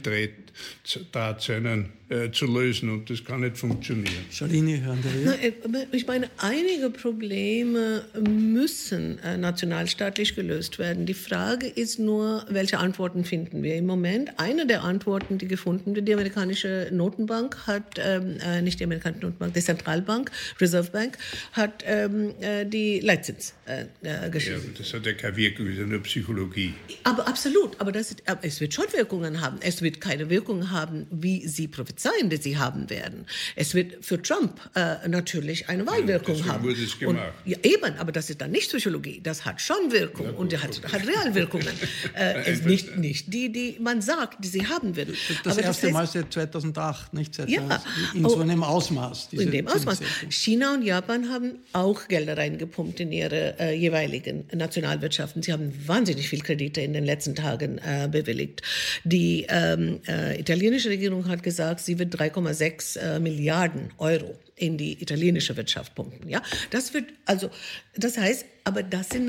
Stacheldrahtzäunen äh, zu lösen. Und das kann nicht funktionieren. Schalini, hören Sie? Ich meine, einige Probleme müssen äh, nationalstaatlich gelöst werden. Die Frage ist nur, welche Antworten finden wir im Moment? Eine der Antworten, die gefunden wird, die amerikanische Notenbank hat, ähm, äh, nicht die amerikanische Notenbank, die Zentralbank, Reserve Bank, hat ähm, äh, die Leitzins äh, äh, geschrieben. Ja, das hat ja keine Wirkung, das ist ja nur Psychologie. Aber absolut, aber das, aber es wird schon Wirkungen haben. Es wird keine Wirkung haben, wie Sie prophezeien, dass sie haben werden. Es wird für Trump äh, natürlich eine Wahlwirkung ja, haben. Wurde es gemacht. Und, ja, eben, aber das ist dann nicht Psychologie. Das hat schon Wirkung gut, und der hat, hat Realwirkungen. äh, es nicht, nicht die, die man sagt, die sie haben werden. Das aber erste das heißt, Mal seit zweitausendacht, nicht seit ja, in so einem Ausmaß. In dem Ausmaß. China und Japan haben auch Gelder reingepumpt in ihre äh, jeweiligen Nationalwirtschaften. Sie haben wahnsinnig viel Kredite in den letzten Tagen äh, bewilligt. Die ähm, äh, italienische Regierung hat gesagt, sie wird drei Komma sechs äh, Milliarden Euro in die italienische Wirtschaft pumpen. Ja, das wird also, das heißt, aber das sind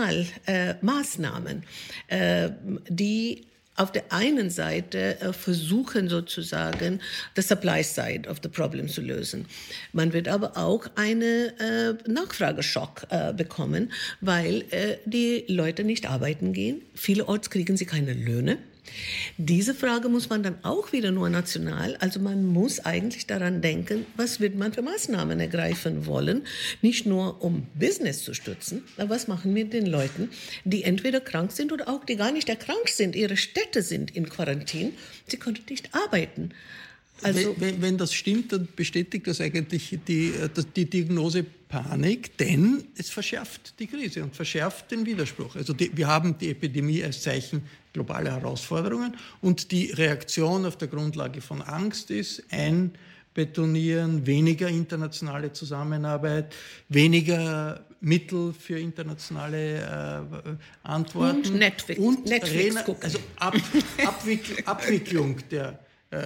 Nationalmaßnahmen, äh, äh, die auf der einen Seite äh, versuchen sozusagen, the supply side of the problem zu lösen. Man wird aber auch einen äh, Nachfrageschock äh, bekommen, weil äh, die Leute nicht arbeiten gehen. Vielerorts kriegen sie keine Löhne. Diese Frage muss man dann auch wieder nur national, also man muss eigentlich daran denken, was wird man für Maßnahmen ergreifen wollen, nicht nur um Business zu stützen, aber was machen wir mit den Leuten, die entweder krank sind oder auch die gar nicht erkrankt sind, ihre Städte sind in Quarantin, sie können nicht arbeiten. Also, wenn, wenn das stimmt, dann bestätigt das eigentlich die, die Diagnose Panik, denn es verschärft die Krise und verschärft den Widerspruch. Also die, wir haben die Epidemie als Zeichen globaler Herausforderungen und die Reaktion auf der Grundlage von Angst ist einbetonieren, weniger internationale Zusammenarbeit, weniger Mittel für internationale äh, Antworten. Und Netflix, und Netflix Rena, also Ab, Abwickl, Abwicklung der, äh,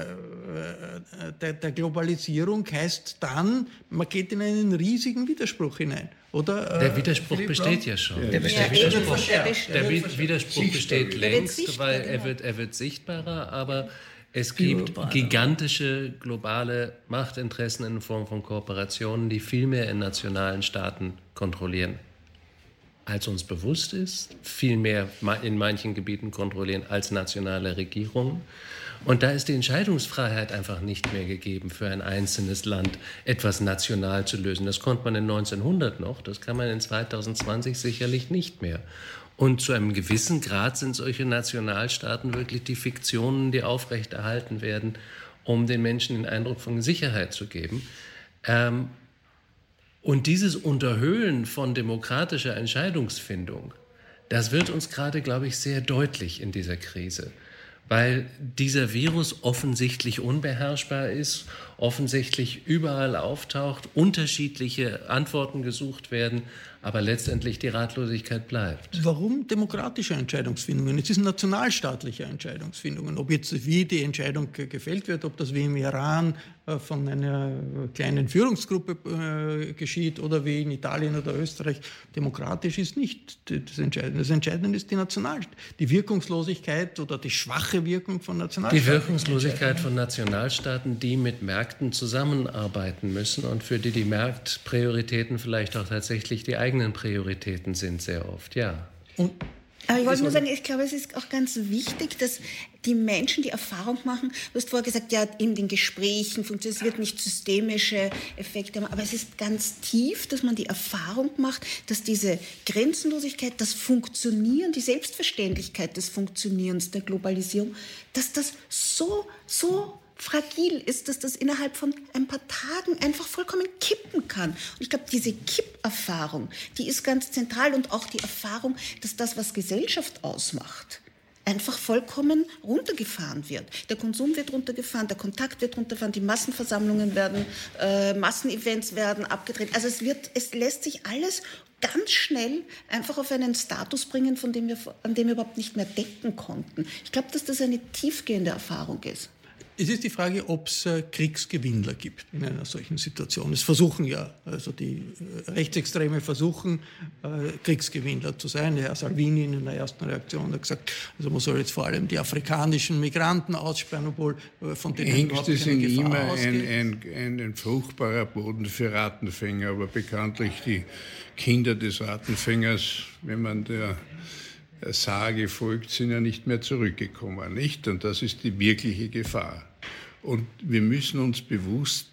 der, der Globalisierung heißt dann, man geht in einen riesigen Widerspruch hinein. Oder, der Widerspruch äh, besteht ja schon. Der, der Widerspruch, der Widerspruch besteht längst, weil er wird, er wird sichtbarer, aber es gibt gigantische globale Machtinteressen in Form von Kooperationen, die viel mehr in nationalen Staaten kontrollieren, als uns bewusst ist, viel mehr in manchen Gebieten kontrollieren als nationale Regierungen. Und da ist die Entscheidungsfreiheit einfach nicht mehr gegeben, für ein einzelnes Land etwas national zu lösen. Das konnte man in neunzehnhundert noch, das kann man in zweitausendzwanzig sicherlich nicht mehr. Und zu einem gewissen Grad sind solche Nationalstaaten wirklich die Fiktionen, die aufrechterhalten werden, um den Menschen den Eindruck von Sicherheit zu geben. Ähm, und dieses Unterhöhlen von demokratischer Entscheidungsfindung, das wird uns gerade, glaube ich, sehr deutlich in dieser Krise. Weil dieser Virus offensichtlich unbeherrschbar ist, offensichtlich überall auftaucht, unterschiedliche Antworten gesucht werden, aber letztendlich die Ratlosigkeit bleibt. Warum demokratische Entscheidungsfindungen? Es sind nationalstaatliche Entscheidungsfindungen. Ob jetzt wie die Entscheidung gefällt wird, ob das wie im Iran von einer kleinen Führungsgruppe geschieht oder wie in Italien oder Österreich, demokratisch ist nicht das Entscheidende. Das Entscheidende ist die National, die Wirkungslosigkeit oder die schwache Wirkung von Nationalstaaten. Die Wirkungslosigkeit von Nationalstaaten, die mit Märkten zusammenarbeiten müssen und für die die Marktprioritäten vielleicht auch tatsächlich die eigenen Prioritäten sind, sehr oft, ja. Und Aber ich wollte nur sagen, ich glaube, es ist auch ganz wichtig, dass die Menschen die Erfahrung machen, du hast vorher gesagt, ja, in den Gesprächen funktioniert, es wird nicht systemische Effekte haben, aber es ist ganz tief, dass man die Erfahrung macht, dass diese Grenzenlosigkeit, das Funktionieren, die Selbstverständlichkeit des Funktionierens der Globalisierung, dass das so, so fragil ist, dass das innerhalb von ein paar Tagen einfach vollkommen kippen kann. Und ich glaube, diese Kipperfahrung, die ist ganz zentral und auch die Erfahrung, dass das, was Gesellschaft ausmacht, einfach vollkommen runtergefahren wird. Der Konsum wird runtergefahren, der Kontakt wird runtergefahren, die Massenversammlungen werden, äh, Massenevents werden abgedreht. Also es wird, es lässt sich alles ganz schnell einfach auf einen Status bringen, von dem wir, an dem wir überhaupt nicht mehr denken konnten. Ich glaube, dass das eine tiefgehende Erfahrung ist. Es ist die Frage, ob es äh, Kriegsgewinnler gibt in einer solchen Situation. Es versuchen ja, also die äh, Rechtsextreme versuchen, äh, Kriegsgewinnler zu sein. Herr Salvini in einer ersten Reaktion hat gesagt, also man soll jetzt vor allem die afrikanischen Migranten aussperren, obwohl äh, von denen überhaupt keine sind Gefahr immer ausgeht. Ein, ein, ein fruchtbarer Boden für Rattenfänger, aber bekanntlich die Kinder des Rattenfängers, wenn man der Sage folgt, sind ja nicht mehr zurückgekommen, nicht? Und das ist die wirkliche Gefahr. Und wir müssen uns bewusst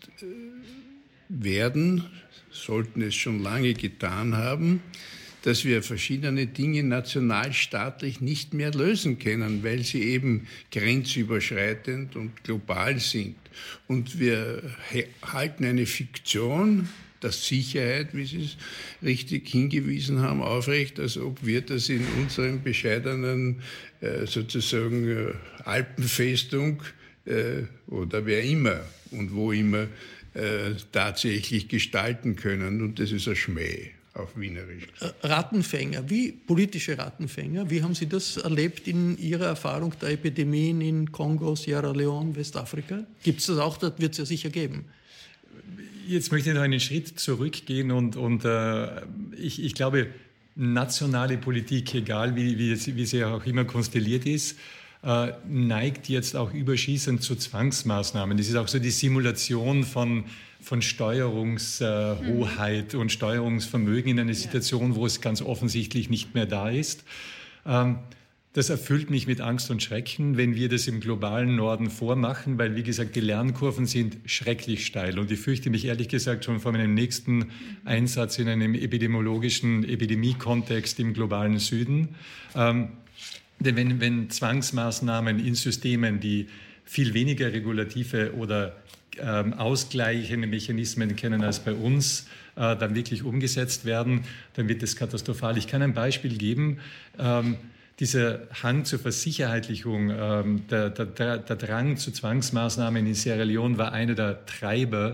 werden, sollten es schon lange getan haben, dass wir verschiedene Dinge nationalstaatlich nicht mehr lösen können, weil sie eben grenzüberschreitend und global sind. Und wir halten eine Fiktion, dass Sicherheit, wie Sie es richtig hingewiesen haben, aufrecht, als ob wir das in unserem bescheidenen äh, sozusagen äh, Alpenfestung äh, oder wer immer und wo immer äh, tatsächlich gestalten können. Und das ist ein Schmäh auf Wienerisch. Rattenfänger, wie politische Rattenfänger, wie haben Sie das erlebt in Ihrer Erfahrung der Epidemien in Kongo, Sierra Leone, Westafrika? Gibt es das auch? Das wird es ja sicher geben. Jetzt möchte ich noch einen Schritt zurückgehen und, und äh, ich, ich glaube, nationale Politik, egal wie, wie, es, wie sie auch immer konstelliert ist, äh, neigt jetzt auch überschießend zu Zwangsmaßnahmen. Das ist auch so die Simulation von, von Steuerungshoheit äh, mhm. und Steuerungsvermögen in einer Situation, wo es ganz offensichtlich nicht mehr da ist. Ähm, Das erfüllt mich mit Angst und Schrecken, wenn wir das im globalen Norden vormachen, weil, wie gesagt, die Lernkurven sind schrecklich steil. Und ich fürchte mich ehrlich gesagt schon vor meinem nächsten Einsatz in einem epidemiologischen Epidemie-Kontext im globalen Süden. Ähm, denn wenn, wenn Zwangsmaßnahmen in Systemen, die viel weniger regulative oder ähm, ausgleichende Mechanismen kennen als bei uns, äh, dann wirklich umgesetzt werden, dann wird das katastrophal. Ich kann ein Beispiel geben. Ähm, Dieser Hang zur Versicherheitlichung, ähm, der, der, der Drang zu Zwangsmaßnahmen in Sierra Leone war einer der Treiber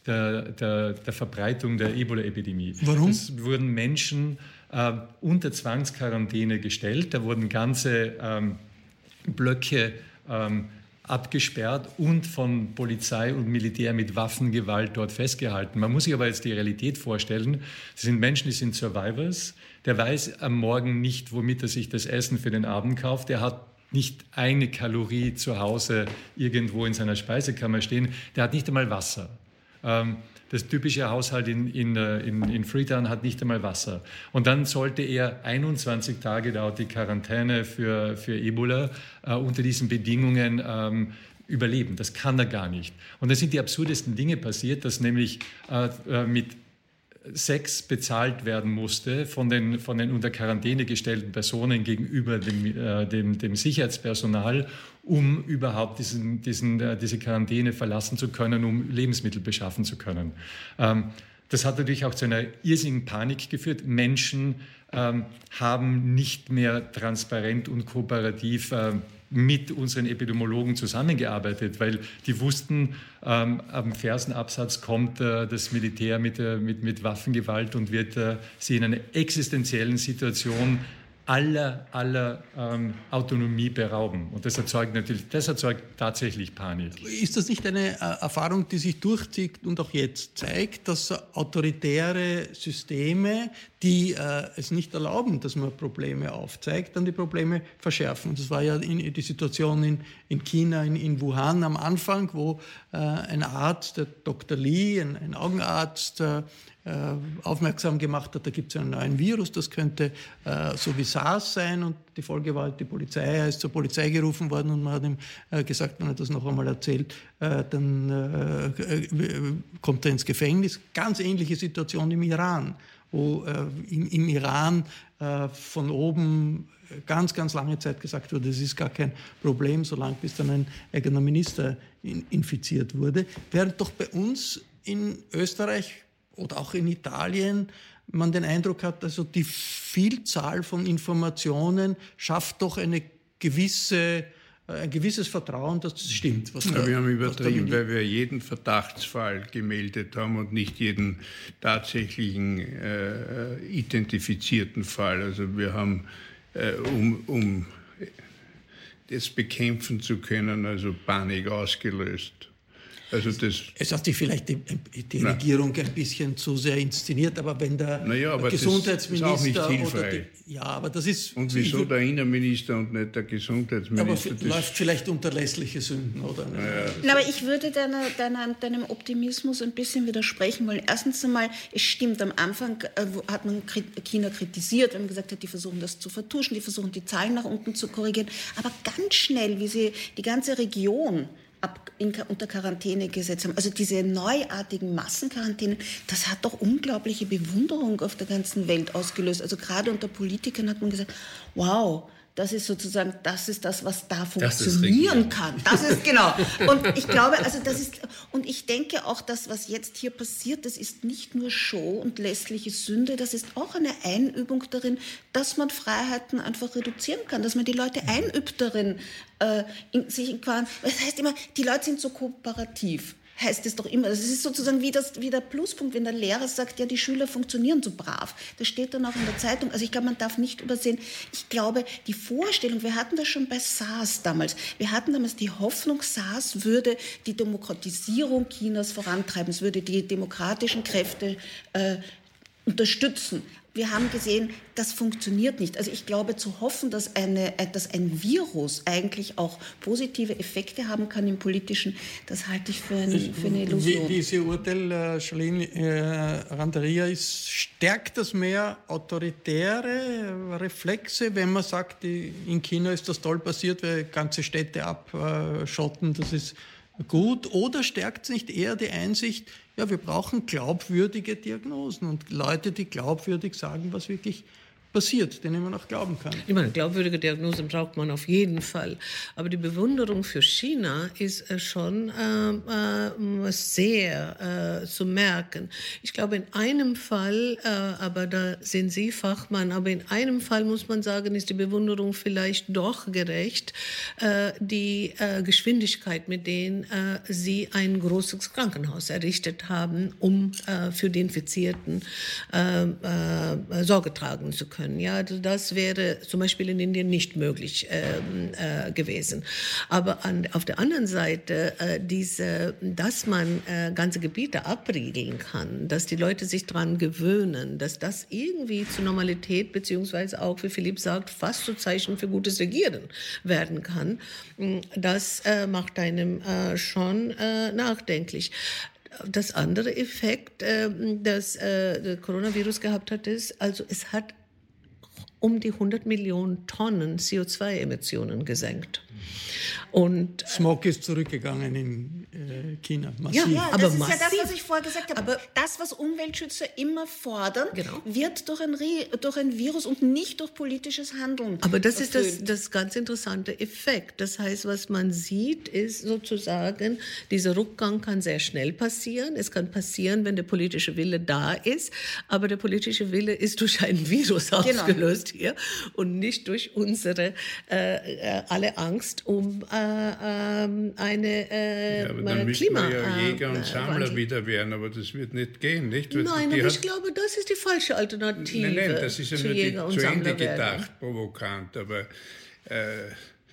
der, der, der Verbreitung der Ebola-Epidemie. Warum? Es wurden Menschen äh, unter Zwangsquarantäne gestellt, da wurden ganze ähm, Blöcke ähm, abgesperrt und von Polizei und Militär mit Waffengewalt dort festgehalten. Man muss sich aber jetzt die Realität vorstellen. Das sind Menschen, die sind Survivors. Der weiß am Morgen nicht, womit er sich das Essen für den Abend kauft. Der hat nicht eine Kalorie zu Hause irgendwo in seiner Speisekammer stehen. Der hat nicht einmal Wasser. Ähm, Das typische Haushalt in, in, in, in Freetown hat nicht einmal Wasser. Und dann sollte er einundzwanzig Tage dauert die Quarantäne für, für Ebola äh, unter diesen Bedingungen ähm, überleben. Das kann er gar nicht. Und da sind die absurdesten Dinge passiert, dass nämlich äh, mit Sex bezahlt werden musste von den, von den unter Quarantäne gestellten Personen gegenüber dem, äh, dem, dem Sicherheitspersonal, um überhaupt diesen, diesen, äh, diese Quarantäne verlassen zu können, um Lebensmittel beschaffen zu können. Ähm, das hat natürlich auch zu einer irrsinnigen Panik geführt. Menschen ähm, haben nicht mehr transparent und kooperativ äh, mit unseren Epidemiologen zusammengearbeitet, weil die wussten, ähm, am Fersenabsatz kommt äh, das Militär mit, äh, mit, mit Waffengewalt und wird äh, sie in einer existenziellen Situation aller, aller ähm, Autonomie berauben. Und das erzeugt natürlich, das erzeugt tatsächlich Panik. Ist das nicht eine äh, Erfahrung, die sich durchzieht und auch jetzt zeigt, dass autoritäre Systeme, die äh, es nicht erlauben, dass man Probleme aufzeigt, dann die Probleme verschärfen? Und das war ja in, die Situation in, in China, in, in Wuhan am Anfang, wo äh, ein Arzt, der Doktor Li, ein, ein Augenarzt, äh, aufmerksam gemacht hat, da gibt es einen neuen Virus, das könnte äh, so wie SARS sein, und die Folge war halt, die Polizei, er ist zur Polizei gerufen worden und man hat ihm äh, gesagt, wenn er das noch einmal erzählt, äh, dann äh, äh, kommt er ins Gefängnis. Ganz ähnliche Situation im Iran, wo äh, im, im Iran äh, von oben ganz, ganz lange Zeit gesagt wurde, das ist gar kein Problem, solange bis dann ein eigener Minister in, infiziert wurde. Während doch bei uns in Österreich oder auch in Italien man den Eindruck hat, also die Vielzahl von Informationen schafft doch eine gewisse, ein gewisses Vertrauen, dass das stimmt. Was ja, da, wir haben übertrieben, weil wir jeden Verdachtsfall gemeldet haben und nicht jeden tatsächlichen äh, identifizierten Fall. Also wir haben, äh, um, um das bekämpfen zu können, also Panik ausgelöst. Also das es hat sich vielleicht die, die Regierung ein bisschen zu sehr inszeniert, aber wenn der naja, aber Gesundheitsminister das ist auch nicht hilfreich. oder die, ja, aber das ist und wieso ich, der Innenminister und nicht der Gesundheitsminister? Aber läuft vielleicht unter lässliche Sünden, oder? Naja. Na, aber ich würde deiner, deiner, deinem Optimismus ein bisschen widersprechen wollen. Erstens einmal, es stimmt, am Anfang äh, hat man China kritisiert, wenn man gesagt hat, die versuchen das zu vertuschen, die versuchen die Zahlen nach unten zu korrigieren, aber ganz schnell, wie sie die ganze Region Ab, in, unter Quarantäne gesetzt haben. Also diese neuartigen Massenquarantänen, das hat doch unglaubliche Bewunderung auf der ganzen Welt ausgelöst. Also gerade unter Politikern hat man gesagt, wow, das ist sozusagen, das ist das, was da funktionieren kann. Das ist genau. Und ich glaube, also das ist, und ich denke auch, das, was jetzt hier passiert, das ist nicht nur Show und lästliche Sünde, das ist auch eine Einübung darin, dass man Freiheiten einfach reduzieren kann, dass man die Leute einübt darin, äh, in, sich in Quarantäne. Das heißt immer, die Leute sind so kooperativ. Heißt es doch immer. Das ist sozusagen wie, das, wie der Pluspunkt, wenn der Lehrer sagt, ja, die Schüler funktionieren so brav. Das steht dann auch in der Zeitung. Also ich glaube, man darf nicht übersehen. Ich glaube, die Vorstellung, wir hatten das schon bei SARS damals. Wir hatten damals die Hoffnung, SARS würde die Demokratisierung Chinas vorantreiben. Es würde die demokratischen Kräfte äh, unterstützen. Wir haben gesehen, das funktioniert nicht. Also ich glaube, zu hoffen, dass, eine, dass ein Virus eigentlich auch positive Effekte haben kann im Politischen, das halte ich für, ein, für eine Illusion. Diese Urteil, äh, Charlene äh, Randeria, ist, stärkt das mehr autoritäre Reflexe, wenn man sagt, die, in China ist das toll passiert, weil ganze Städte abschotten, das ist gut, oder stärkt es nicht eher die Einsicht, ja, wir brauchen glaubwürdige Diagnosen und Leute, die glaubwürdig sagen, was wirklich passiert, denen man auch glauben kann. Ich meine, glaubwürdige Diagnosen braucht man auf jeden Fall. Aber die Bewunderung für China ist äh, schon äh, äh, sehr äh, zu merken. Ich glaube, in einem Fall, äh, aber da sind Sie Fachmann, aber in einem Fall muss man sagen, ist die Bewunderung vielleicht doch gerecht. Äh, die äh, Geschwindigkeit, mit denen äh, Sie ein großes Krankenhaus errichtet haben, um äh, für die Infizierten äh, äh, Sorge tragen zu können. Ja, also das wäre zum Beispiel in Indien nicht möglich ähm, äh, gewesen. Aber an, auf der anderen Seite, äh, diese, dass man äh, ganze Gebiete abriegeln kann, dass die Leute sich daran gewöhnen, dass das irgendwie zur Normalität, beziehungsweise auch, wie Philipp sagt, fast zu Zeichen für gutes Regieren werden kann, das äh, macht einem äh, schon äh, nachdenklich. Das andere Effekt, äh, das äh, der Coronavirus gehabt hat, ist, also es hat um die hundert Millionen Tonnen C O zwei Emissionen gesenkt. Und Smog ist zurückgegangen in äh, China, massiv. Ja, ja, aber das ist massiv. ja das, was ich vorher gesagt habe. Aber das, was Umweltschützer immer fordern, genau. wird durch ein, durch ein Virus und nicht durch politisches Handeln Aber das erfüllt. ist das, das ganz interessante Effekt. Das heißt, was man sieht, ist sozusagen, dieser Rückgang kann sehr schnell passieren. Es kann passieren, wenn der politische Wille da ist. Aber der politische Wille ist durch ein Virus genau. ausgelöst hier und nicht durch unsere äh, alle Angst um äh, äh, eine äh, ja, aber dann müssen Klima, wir ja Jäger und äh, Sammler Wandel. wieder werden, aber das wird nicht gehen, nicht? Weil Nein, die aber ich hat, glaube, das ist die falsche Alternative nein, nein, das ist ja zu nur die, Jäger und zu Ende Sammler werden. gedacht, provokant, aber äh,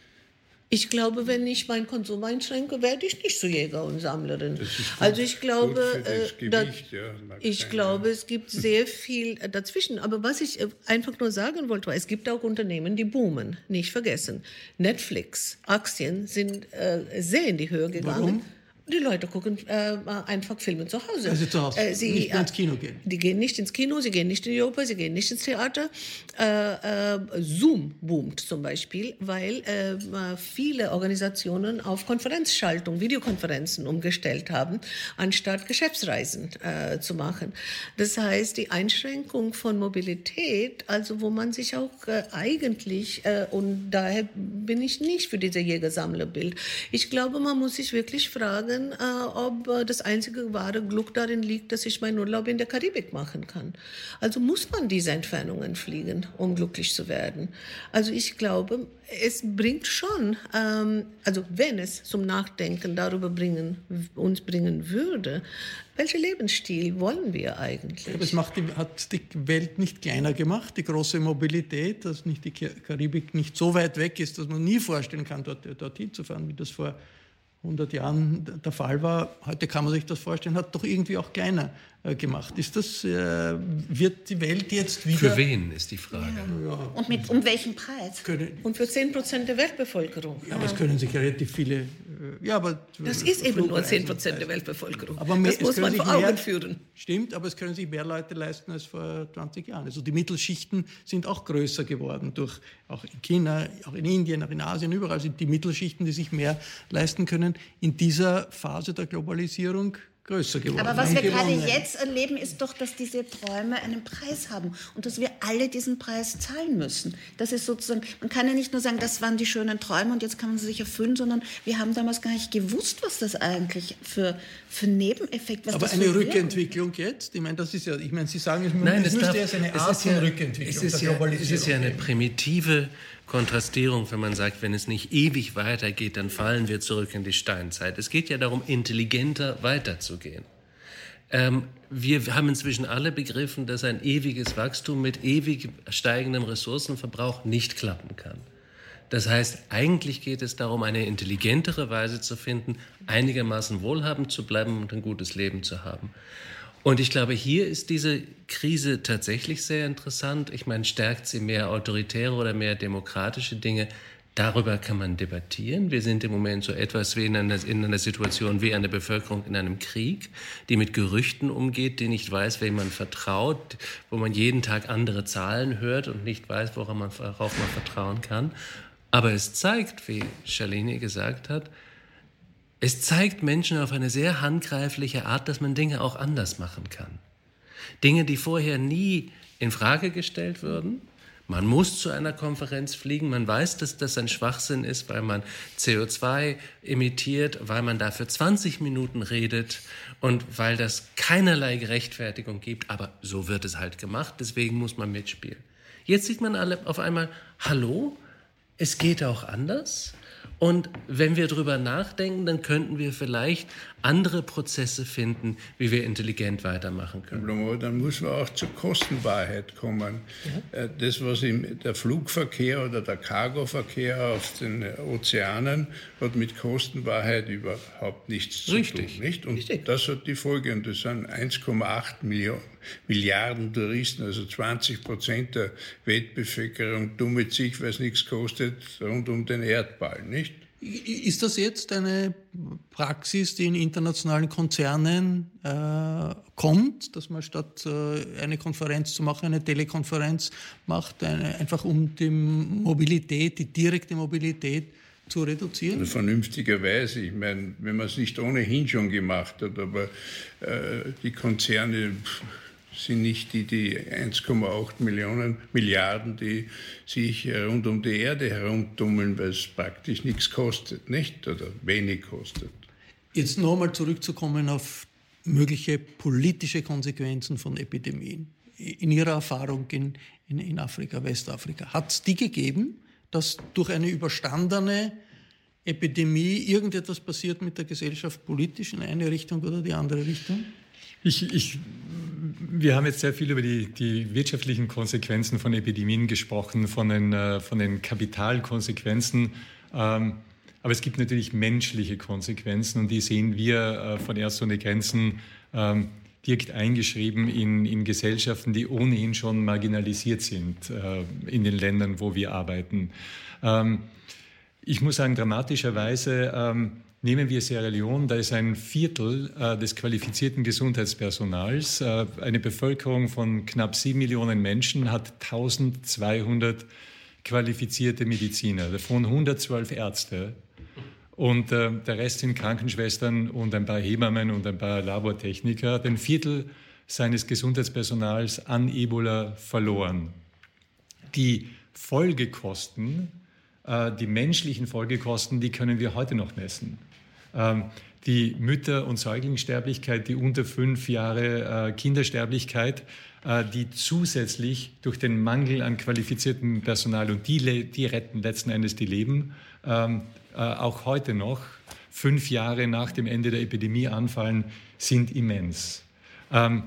ich glaube, wenn ich meinen Konsum einschränke, werde ich nicht zu Jäger und Sammlerin. Also ich glaube, gut für das äh, Gewicht, da, ja, mag ich sein, glaube, ja. es gibt sehr viel dazwischen. Aber was ich einfach nur sagen wollte, war, es gibt auch Unternehmen, die boomen. Nicht vergessen. Netflix, Aktien sind äh, sehr in die Höhe gegangen. Warum? Die Leute gucken äh, einfach Filme zu Hause. Also zu Hause, äh, sie, nicht mehr ins Kino gehen. Die gehen nicht ins Kino, sie gehen nicht in die Oper, sie gehen nicht ins Theater. Äh, äh, Zoom boomt zum Beispiel, weil äh, viele Organisationen auf Konferenzschaltung, Videokonferenzen umgestellt haben, anstatt Geschäftsreisen äh, zu machen. Das heißt, die Einschränkung von Mobilität, also wo man sich auch äh, eigentlich, äh, und daher bin ich nicht für diese Jäger-Sammler-Bild. Ich glaube, man muss sich wirklich fragen, Äh, ob äh, das einzige wahre Glück darin liegt, dass ich meinen Urlaub in der Karibik machen kann. Also muss man diese Entfernungen fliegen, um glücklich zu werden. Also ich glaube, es bringt schon, ähm, also wenn es zum Nachdenken darüber bringen, uns bringen würde, welchen Lebensstil wollen wir eigentlich? Ja, das macht die, hat die Welt nicht kleiner gemacht, die große Mobilität, dass nicht die Karibik nicht so weit weg ist, dass man nie vorstellen kann, dort, dorthin zu fahren, wie das vor hundert Jahren der Fall war. Heute kann man sich das vorstellen, hat doch irgendwie auch kleiner äh, gemacht. Ist das, äh, wird die Welt jetzt wieder... Für wen ist die Frage? Ja. Ja. Und mit um welchen Preis? Können, Und für zehn Prozent der Weltbevölkerung. ja, aber es können sich relativ viele... Äh, ja, aber Das ist eben nur Flugreisen zehn Prozent der leisten. Weltbevölkerung. Aber mehr, das muss man vor Augen führen. Stimmt, aber es können sich mehr Leute leisten als vor zwanzig Jahren. Also die Mittelschichten sind auch größer geworden, durch, auch in China, auch in Indien, auch in Asien, überall sind die Mittelschichten, die sich mehr leisten können, in dieser Phase der Globalisierung größer geworden. Aber was wir gerade Gewonnen. jetzt erleben, ist doch, dass diese Träume einen Preis haben und dass wir alle diesen Preis zahlen müssen. Das ist sozusagen, man kann ja nicht nur sagen, das waren die schönen Träume und jetzt kann man sie sich erfüllen, sondern wir haben damals gar nicht gewusst, was das eigentlich für, für Nebeneffekt, was Aber das eine für Rückentwicklung jetzt? Ich meine, das ist ja, ich meine, Sie sagen, es, Nein, es es müsste darf, erst eine es Art ist von ja, Rückentwicklung es ist der ja, Globalisierung es ist ja eine geben. primitive Kontrastierung, wenn man sagt, wenn es nicht ewig weitergeht, dann fallen wir zurück in die Steinzeit. Es geht ja darum, intelligenter weiterzugehen. Ähm, wir haben inzwischen alle begriffen, dass ein ewiges Wachstum mit ewig steigendem Ressourcenverbrauch nicht klappen kann. Das heißt, eigentlich geht es darum, eine intelligentere Weise zu finden, einigermaßen wohlhabend zu bleiben und ein gutes Leben zu haben. Und ich glaube, hier ist diese Krise tatsächlich sehr interessant. Ich meine, stärkt sie mehr autoritäre oder mehr demokratische Dinge? Darüber kann man debattieren. Wir sind im Moment so etwas wie in einer, in einer Situation wie eine Bevölkerung in einem Krieg, die mit Gerüchten umgeht, die nicht weiß, wem man vertraut, wo man jeden Tag andere Zahlen hört und nicht weiß, worauf man, worauf man vertrauen kann. Aber es zeigt, wie Shalini gesagt hat, es zeigt Menschen auf eine sehr handgreifliche Art, dass man Dinge auch anders machen kann. Dinge, die vorher nie in Frage gestellt würden. Man muss zu einer Konferenz fliegen, man weiß, dass das ein Schwachsinn ist, weil man C O zwei emittiert, weil man dafür zwanzig Minuten redet und weil das keinerlei Rechtfertigung gibt, aber so wird es halt gemacht, deswegen muss man mitspielen. Jetzt sieht man alle auf einmal, hallo, es geht auch anders. Und wenn wir darüber nachdenken, dann könnten wir vielleicht andere Prozesse finden, wie wir intelligent weitermachen können. Dann muss man auch zur Kostenwahrheit kommen. Ja. Das, was im, der Flugverkehr oder der Cargoverkehr auf den Ozeanen hat mit Kostenwahrheit überhaupt nichts zu Richtig. tun. Nicht? Und Richtig. das hat die Folge, und das sind eins Komma acht Milliarden Touristen, also zwanzig Prozent der Weltbevölkerung, dumm mit sich, weil es nichts kostet, rund um den Erdball, nicht? Ist das jetzt eine Praxis, die in internationalen Konzernen äh, kommt, dass man statt äh, eine Konferenz zu machen, eine Telekonferenz macht, eine, einfach um die Mobilität, die direkte Mobilität zu reduzieren? Also vernünftigerweise. Ich meine, wenn man es nicht ohnehin schon gemacht hat, aber äh, die Konzerne sind nicht die, die eins Komma acht Millionen Milliarden, die sich rund um die Erde herumtummeln, weil es praktisch nichts kostet, nicht? Oder wenig kostet. Jetzt nochmal zurückzukommen auf mögliche politische Konsequenzen von Epidemien. In Ihrer Erfahrung in, in, in Afrika, Westafrika, hat es die gegeben, dass durch eine überstandene Epidemie irgendetwas passiert mit der Gesellschaft politisch in eine Richtung oder die andere Richtung? Ich, ich, wir haben jetzt sehr viel über die, die wirtschaftlichen Konsequenzen von Epidemien gesprochen, von den, von den Kapitalkonsequenzen. Ähm, aber es gibt natürlich menschliche Konsequenzen und die sehen wir äh, von Ärzte ohne Grenzen ähm, direkt eingeschrieben in, in Gesellschaften, die ohnehin schon marginalisiert sind äh, in den Ländern, wo wir arbeiten. Ähm, ich muss sagen, dramatischerweise ähm, nehmen wir Sierra Leone, da ist ein Viertel äh, des qualifizierten Gesundheitspersonals. Äh, eine Bevölkerung von knapp sieben Millionen Menschen hat eintausendzweihundert qualifizierte Mediziner, davon hundertzwölf Ärzte. Und äh, der Rest sind Krankenschwestern und ein paar Hebammen und ein paar Labortechniker. Hat ein Viertel seines Gesundheitspersonals an Ebola verloren. Die Folgekosten, äh, die menschlichen Folgekosten, die können wir heute noch messen. Ähm, die Mütter- und Säuglingssterblichkeit, die unter fünf Jahre äh, Kindersterblichkeit, äh, die zusätzlich durch den Mangel an qualifiziertem Personal, und die, die retten letzten Endes die Leben, ähm, äh, auch heute noch, fünf Jahre nach dem Ende der Epidemie anfallen, sind immens. Ähm,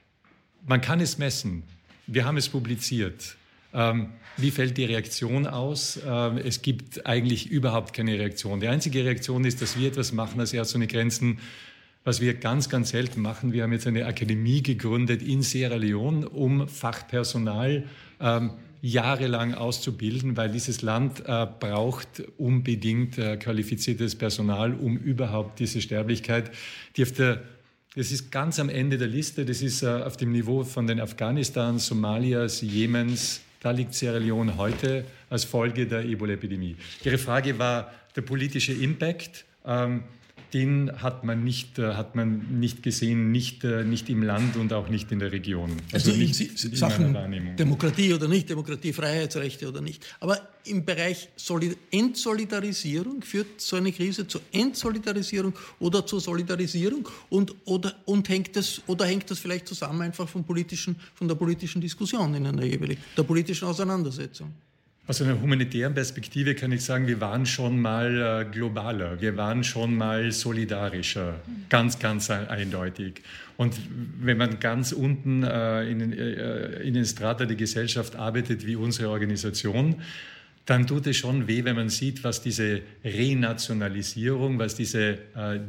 man kann es messen. Wir haben es publiziert. Ähm, wie fällt die Reaktion aus? Ähm, es gibt eigentlich überhaupt keine Reaktion. Die einzige Reaktion ist, dass wir etwas machen als Ärzte ohne Grenzen, was wir ganz, ganz selten machen. Wir haben jetzt eine Akademie gegründet in Sierra Leone, um Fachpersonal ähm, jahrelang auszubilden, weil dieses Land äh, braucht unbedingt äh, qualifiziertes Personal, um überhaupt diese Sterblichkeit, die auf der Das ist ganz am Ende der Liste, das ist äh, auf dem Niveau von den Afghanistan, Somalias, Jemens, da liegt Sierra Leone heute als Folge der Ebola-Epidemie. Ihre Frage war der politische Impact. Ähm, den hat man nicht, äh, hat man nicht gesehen, nicht, äh, nicht im Land und auch nicht in der Region. Also, also nicht in, in Sachen Demokratie oder nicht, Demokratie, Freiheitsrechte oder nicht. Aber im Bereich Solid- Entsolidarisierung führt so eine Krise zur Entsolidarisierung oder zur Solidarisierung und, oder, und hängt das, oder hängt das vielleicht zusammen einfach vom politischen, von der politischen Diskussion in einer jeweiligen, der politischen Auseinandersetzung? Aus einer humanitären Perspektive kann ich sagen, wir waren schon mal äh, globaler, wir waren schon mal solidarischer, ganz, ganz eindeutig. Und wenn man ganz unten äh, in, äh, in den Strata der Gesellschaft arbeitet, wie unsere Organisation, dann tut es schon weh, wenn man sieht, was diese Renationalisierung, was diese äh,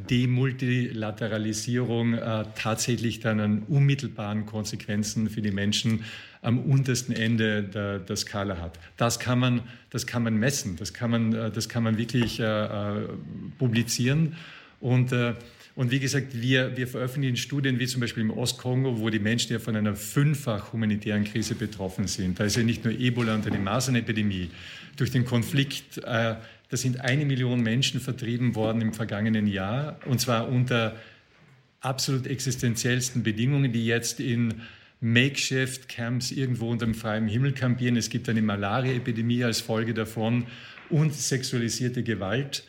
Demultilateralisierung äh, tatsächlich dann an unmittelbaren Konsequenzen für die Menschen am untersten Ende der, der Skala hat. Das kann man, das kann man messen, das kann man, das kann man wirklich äh, publizieren. Und, äh, und wie gesagt, wir, wir veröffentlichen Studien wie zum Beispiel im Ostkongo, wo die Menschen ja von einer fünffach humanitären Krise betroffen sind. Da ist ja nicht nur Ebola und eine Masernepidemie. Durch den Konflikt, äh, da sind eine Million Menschen vertrieben worden im vergangenen Jahr, und zwar unter absolut existenziellsten Bedingungen, die jetzt in Makeshift-Camps irgendwo unter dem freien Himmel campieren. Es gibt eine Malaria-Epidemie als Folge davon und sexualisierte Gewalt.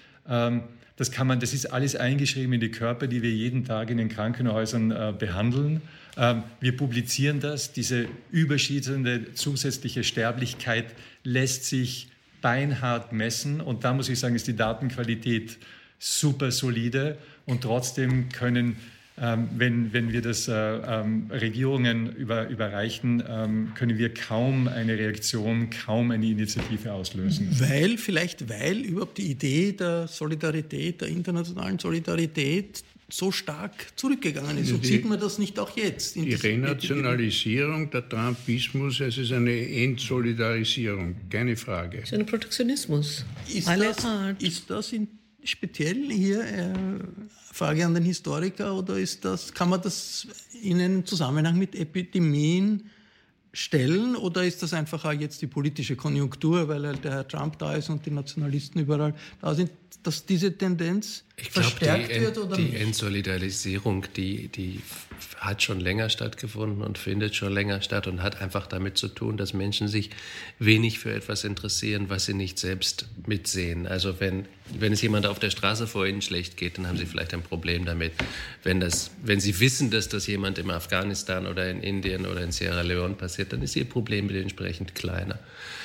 Das kann man, das ist alles eingeschrieben in die Körper, die wir jeden Tag in den Krankenhäusern äh, behandeln. Ähm, wir publizieren das. Diese überschießende zusätzliche Sterblichkeit lässt sich beinhart messen. Und da muss ich sagen, ist die Datenqualität super solide. Und trotzdem können, ähm, wenn, wenn wir das äh, ähm, Regierungen über, überreichen, ähm, können wir kaum eine Reaktion, kaum eine Initiative auslösen. Weil, vielleicht weil überhaupt die Idee der Solidarität, der internationalen Solidarität so stark zurückgegangen ist. Und sieht man das nicht auch jetzt? Die Renationalisierung, der Trumpismus, es ist eine Entsolidarisierung, keine Frage. Es ist ein Protektionismus. Ist das, ist das in speziell hier äh, Frage an den Historiker, oder ist das, kann man das in einen Zusammenhang mit Epidemien stellen, oder ist das einfach auch jetzt die politische Konjunktur, weil halt der Herr Trump da ist und die Nationalisten überall da sind, dass diese Tendenz ich glaub, verstärkt die, wird oder die nicht? Die Entsolidarisierung, die, die hat schon länger stattgefunden und findet schon länger statt und hat einfach damit zu tun, dass Menschen sich wenig für etwas interessieren, was sie nicht selbst mitsehen. Also wenn, wenn es jemand auf der Straße vor ihnen schlecht geht, dann haben sie vielleicht ein Problem damit. Wenn, das, wenn sie wissen, dass das jemand im Afghanistan oder in Indien oder in Sierra Leone passiert, dann ist ihr Problem entsprechend kleiner.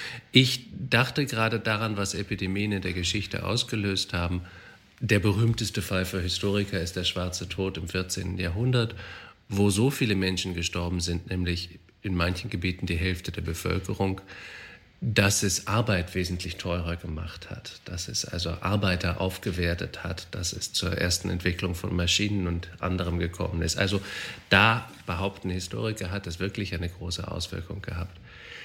Ich dachte gerade daran, was Epidemien in der Geschichte ausgelöst haben. Der berühmteste Fall für Historiker ist der Schwarze Tod im vierzehnten Jahrhundert, wo so viele Menschen gestorben sind, nämlich in manchen Gebieten die Hälfte der Bevölkerung, dass es Arbeit wesentlich teurer gemacht hat, dass es also Arbeiter aufgewertet hat, dass es zur ersten Entwicklung von Maschinen und anderem gekommen ist. Also da, behaupten Historiker, hat es wirklich eine große Auswirkung gehabt.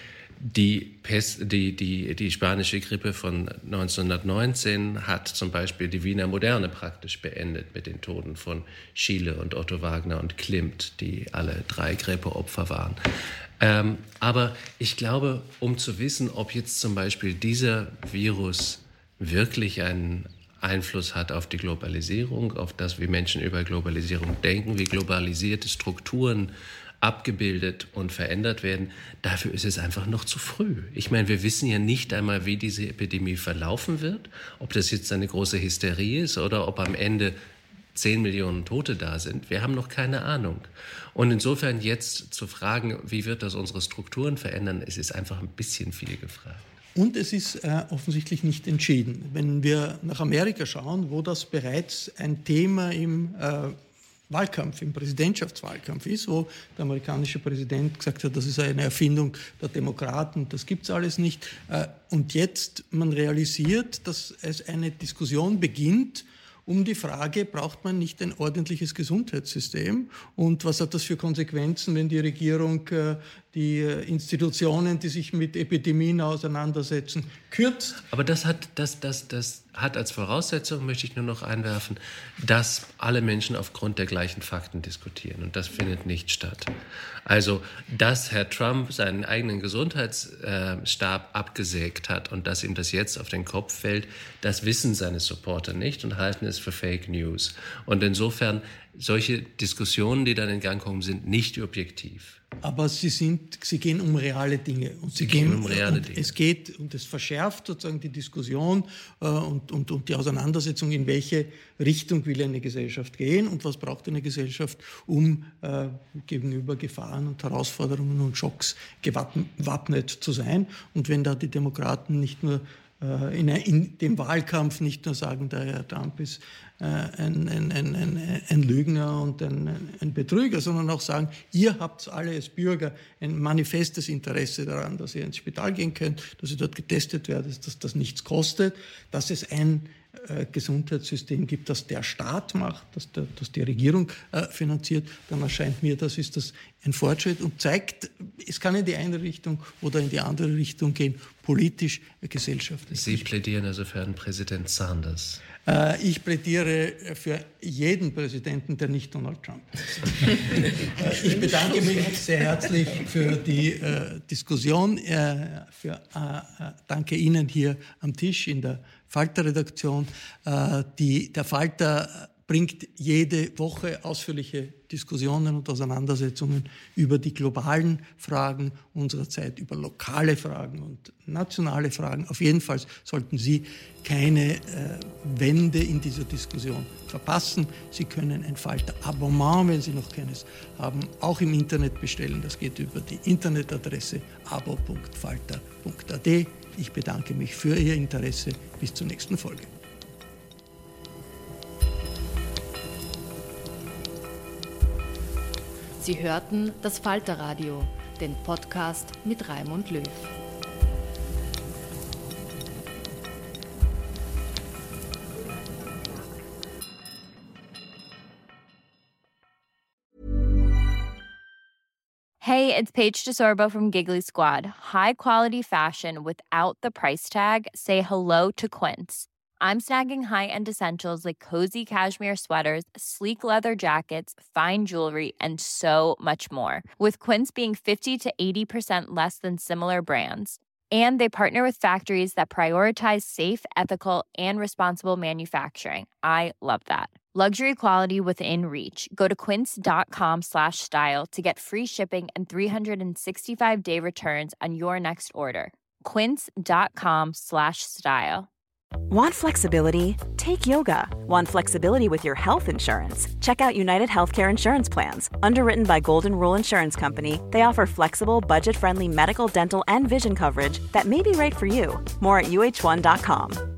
Die, Pest, die, die, die spanische Grippe von neunzehnhundertneunzehn hat zum Beispiel die Wiener Moderne praktisch beendet mit den Toten von Schiele und Otto Wagner und Klimt, die alle drei Grippeopfer waren. Ähm, aber ich glaube, um zu wissen, ob jetzt zum Beispiel dieser Virus wirklich einen Einfluss hat auf die Globalisierung, auf das, wie Menschen über Globalisierung denken, wie globalisierte Strukturen abgebildet und verändert werden, dafür ist es einfach noch zu früh. Ich meine, wir wissen ja nicht einmal, wie diese Epidemie verlaufen wird, ob das jetzt eine große Hysterie ist oder ob am Ende zehn Millionen Tote da sind. Wir haben noch keine Ahnung. Und insofern jetzt zu fragen, wie wird das unsere Strukturen verändern, es ist einfach ein bisschen viel gefragt. Und es ist äh, offensichtlich nicht entschieden. Wenn wir nach Amerika schauen, wo das bereits ein Thema im äh, Wahlkampf, im Präsidentschaftswahlkampf ist, wo der amerikanische Präsident gesagt hat, das ist eine Erfindung der Demokraten, das gibt es alles nicht. Und jetzt man realisiert, dass es eine Diskussion beginnt um die Frage, braucht man nicht ein ordentliches Gesundheitssystem und was hat das für Konsequenzen, wenn die Regierung die Institutionen, die sich mit Epidemien auseinandersetzen, kürzt. Aber das hat, das, das, das hat als Voraussetzung, möchte ich nur noch einwerfen, dass alle Menschen aufgrund der gleichen Fakten diskutieren. Und das findet nicht statt. Also, dass Herr Trump seinen eigenen Gesundheitsstab abgesägt hat und dass ihm das jetzt auf den Kopf fällt, das wissen seine Supporter nicht und halten es für Fake News. Und insofern, solche Diskussionen, die dann in Gang kommen, sind nicht objektiv. Aber sie, sind, sie gehen um reale Dinge. Und sie, sie gehen, gehen um reale und Dinge. Es geht, und es verschärft sozusagen die Diskussion äh, und, und, und die Auseinandersetzung, in welche Richtung will eine Gesellschaft gehen und was braucht eine Gesellschaft, um äh, gegenüber Gefahren und Herausforderungen und Schocks gewappnet zu sein. Und wenn da die Demokraten nicht nur äh, in, in dem Wahlkampf nicht nur sagen, der Herr Trump ist Ein, ein, ein, ein, ein Lügner und ein, ein Betrüger, sondern auch sagen, ihr habt alle als Bürger ein manifestes Interesse daran, dass ihr ins Spital gehen könnt, dass ihr dort getestet werdet, dass das nichts kostet, dass es ein äh, Gesundheitssystem gibt, das der Staat macht, das, der, das die Regierung äh, finanziert, dann erscheint mir, das ist das ein Fortschritt und zeigt, es kann in die eine Richtung oder in die andere Richtung gehen, politisch, äh, gesellschaftlich. Sie plädieren also für einen Präsident Sanders. Ich plädiere für jeden Präsidenten, der nicht Donald Trump ist. Ich bedanke mich sehr herzlich für die äh, Diskussion. Äh, für, äh, danke Ihnen hier am Tisch in der Falter-Redaktion. Äh, die, der Falter bringt jede Woche ausführliche Diskussionen und Auseinandersetzungen über die globalen Fragen unserer Zeit, über lokale Fragen und nationale Fragen. Auf jeden Fall sollten Sie keine äh, Wende in dieser Diskussion verpassen. Sie können ein Falter-Abonnement, wenn Sie noch keines haben, auch im Internet bestellen. Das geht über die Internetadresse abo punkt falter punkt a t. Ich bedanke mich für Ihr Interesse. Bis zur nächsten Folge. Sie hörten das Falter-Radio, den Podcast mit Raimund Löw. Hey, it's Paige DeSorbo from Giggly Squad. High quality fashion without the price tag. Say hello to Quince. I'm snagging high-end essentials like cozy cashmere sweaters, sleek leather jackets, fine jewelry, and so much more. With Quince being fifty to eighty percent less than similar brands. And they partner with factories that prioritize safe, ethical, and responsible manufacturing. I love that. Luxury quality within reach. Go to quince.com slash style to get free shipping and three sixty-five day returns on your next order. Quince.com slash style. Want flexibility? Take yoga. Want flexibility with your health insurance? Check out United Healthcare Insurance Plans. Underwritten by Golden Rule Insurance Company, they offer flexible, budget-friendly medical, dental, and vision coverage that may be right for you. More at U H one dot com.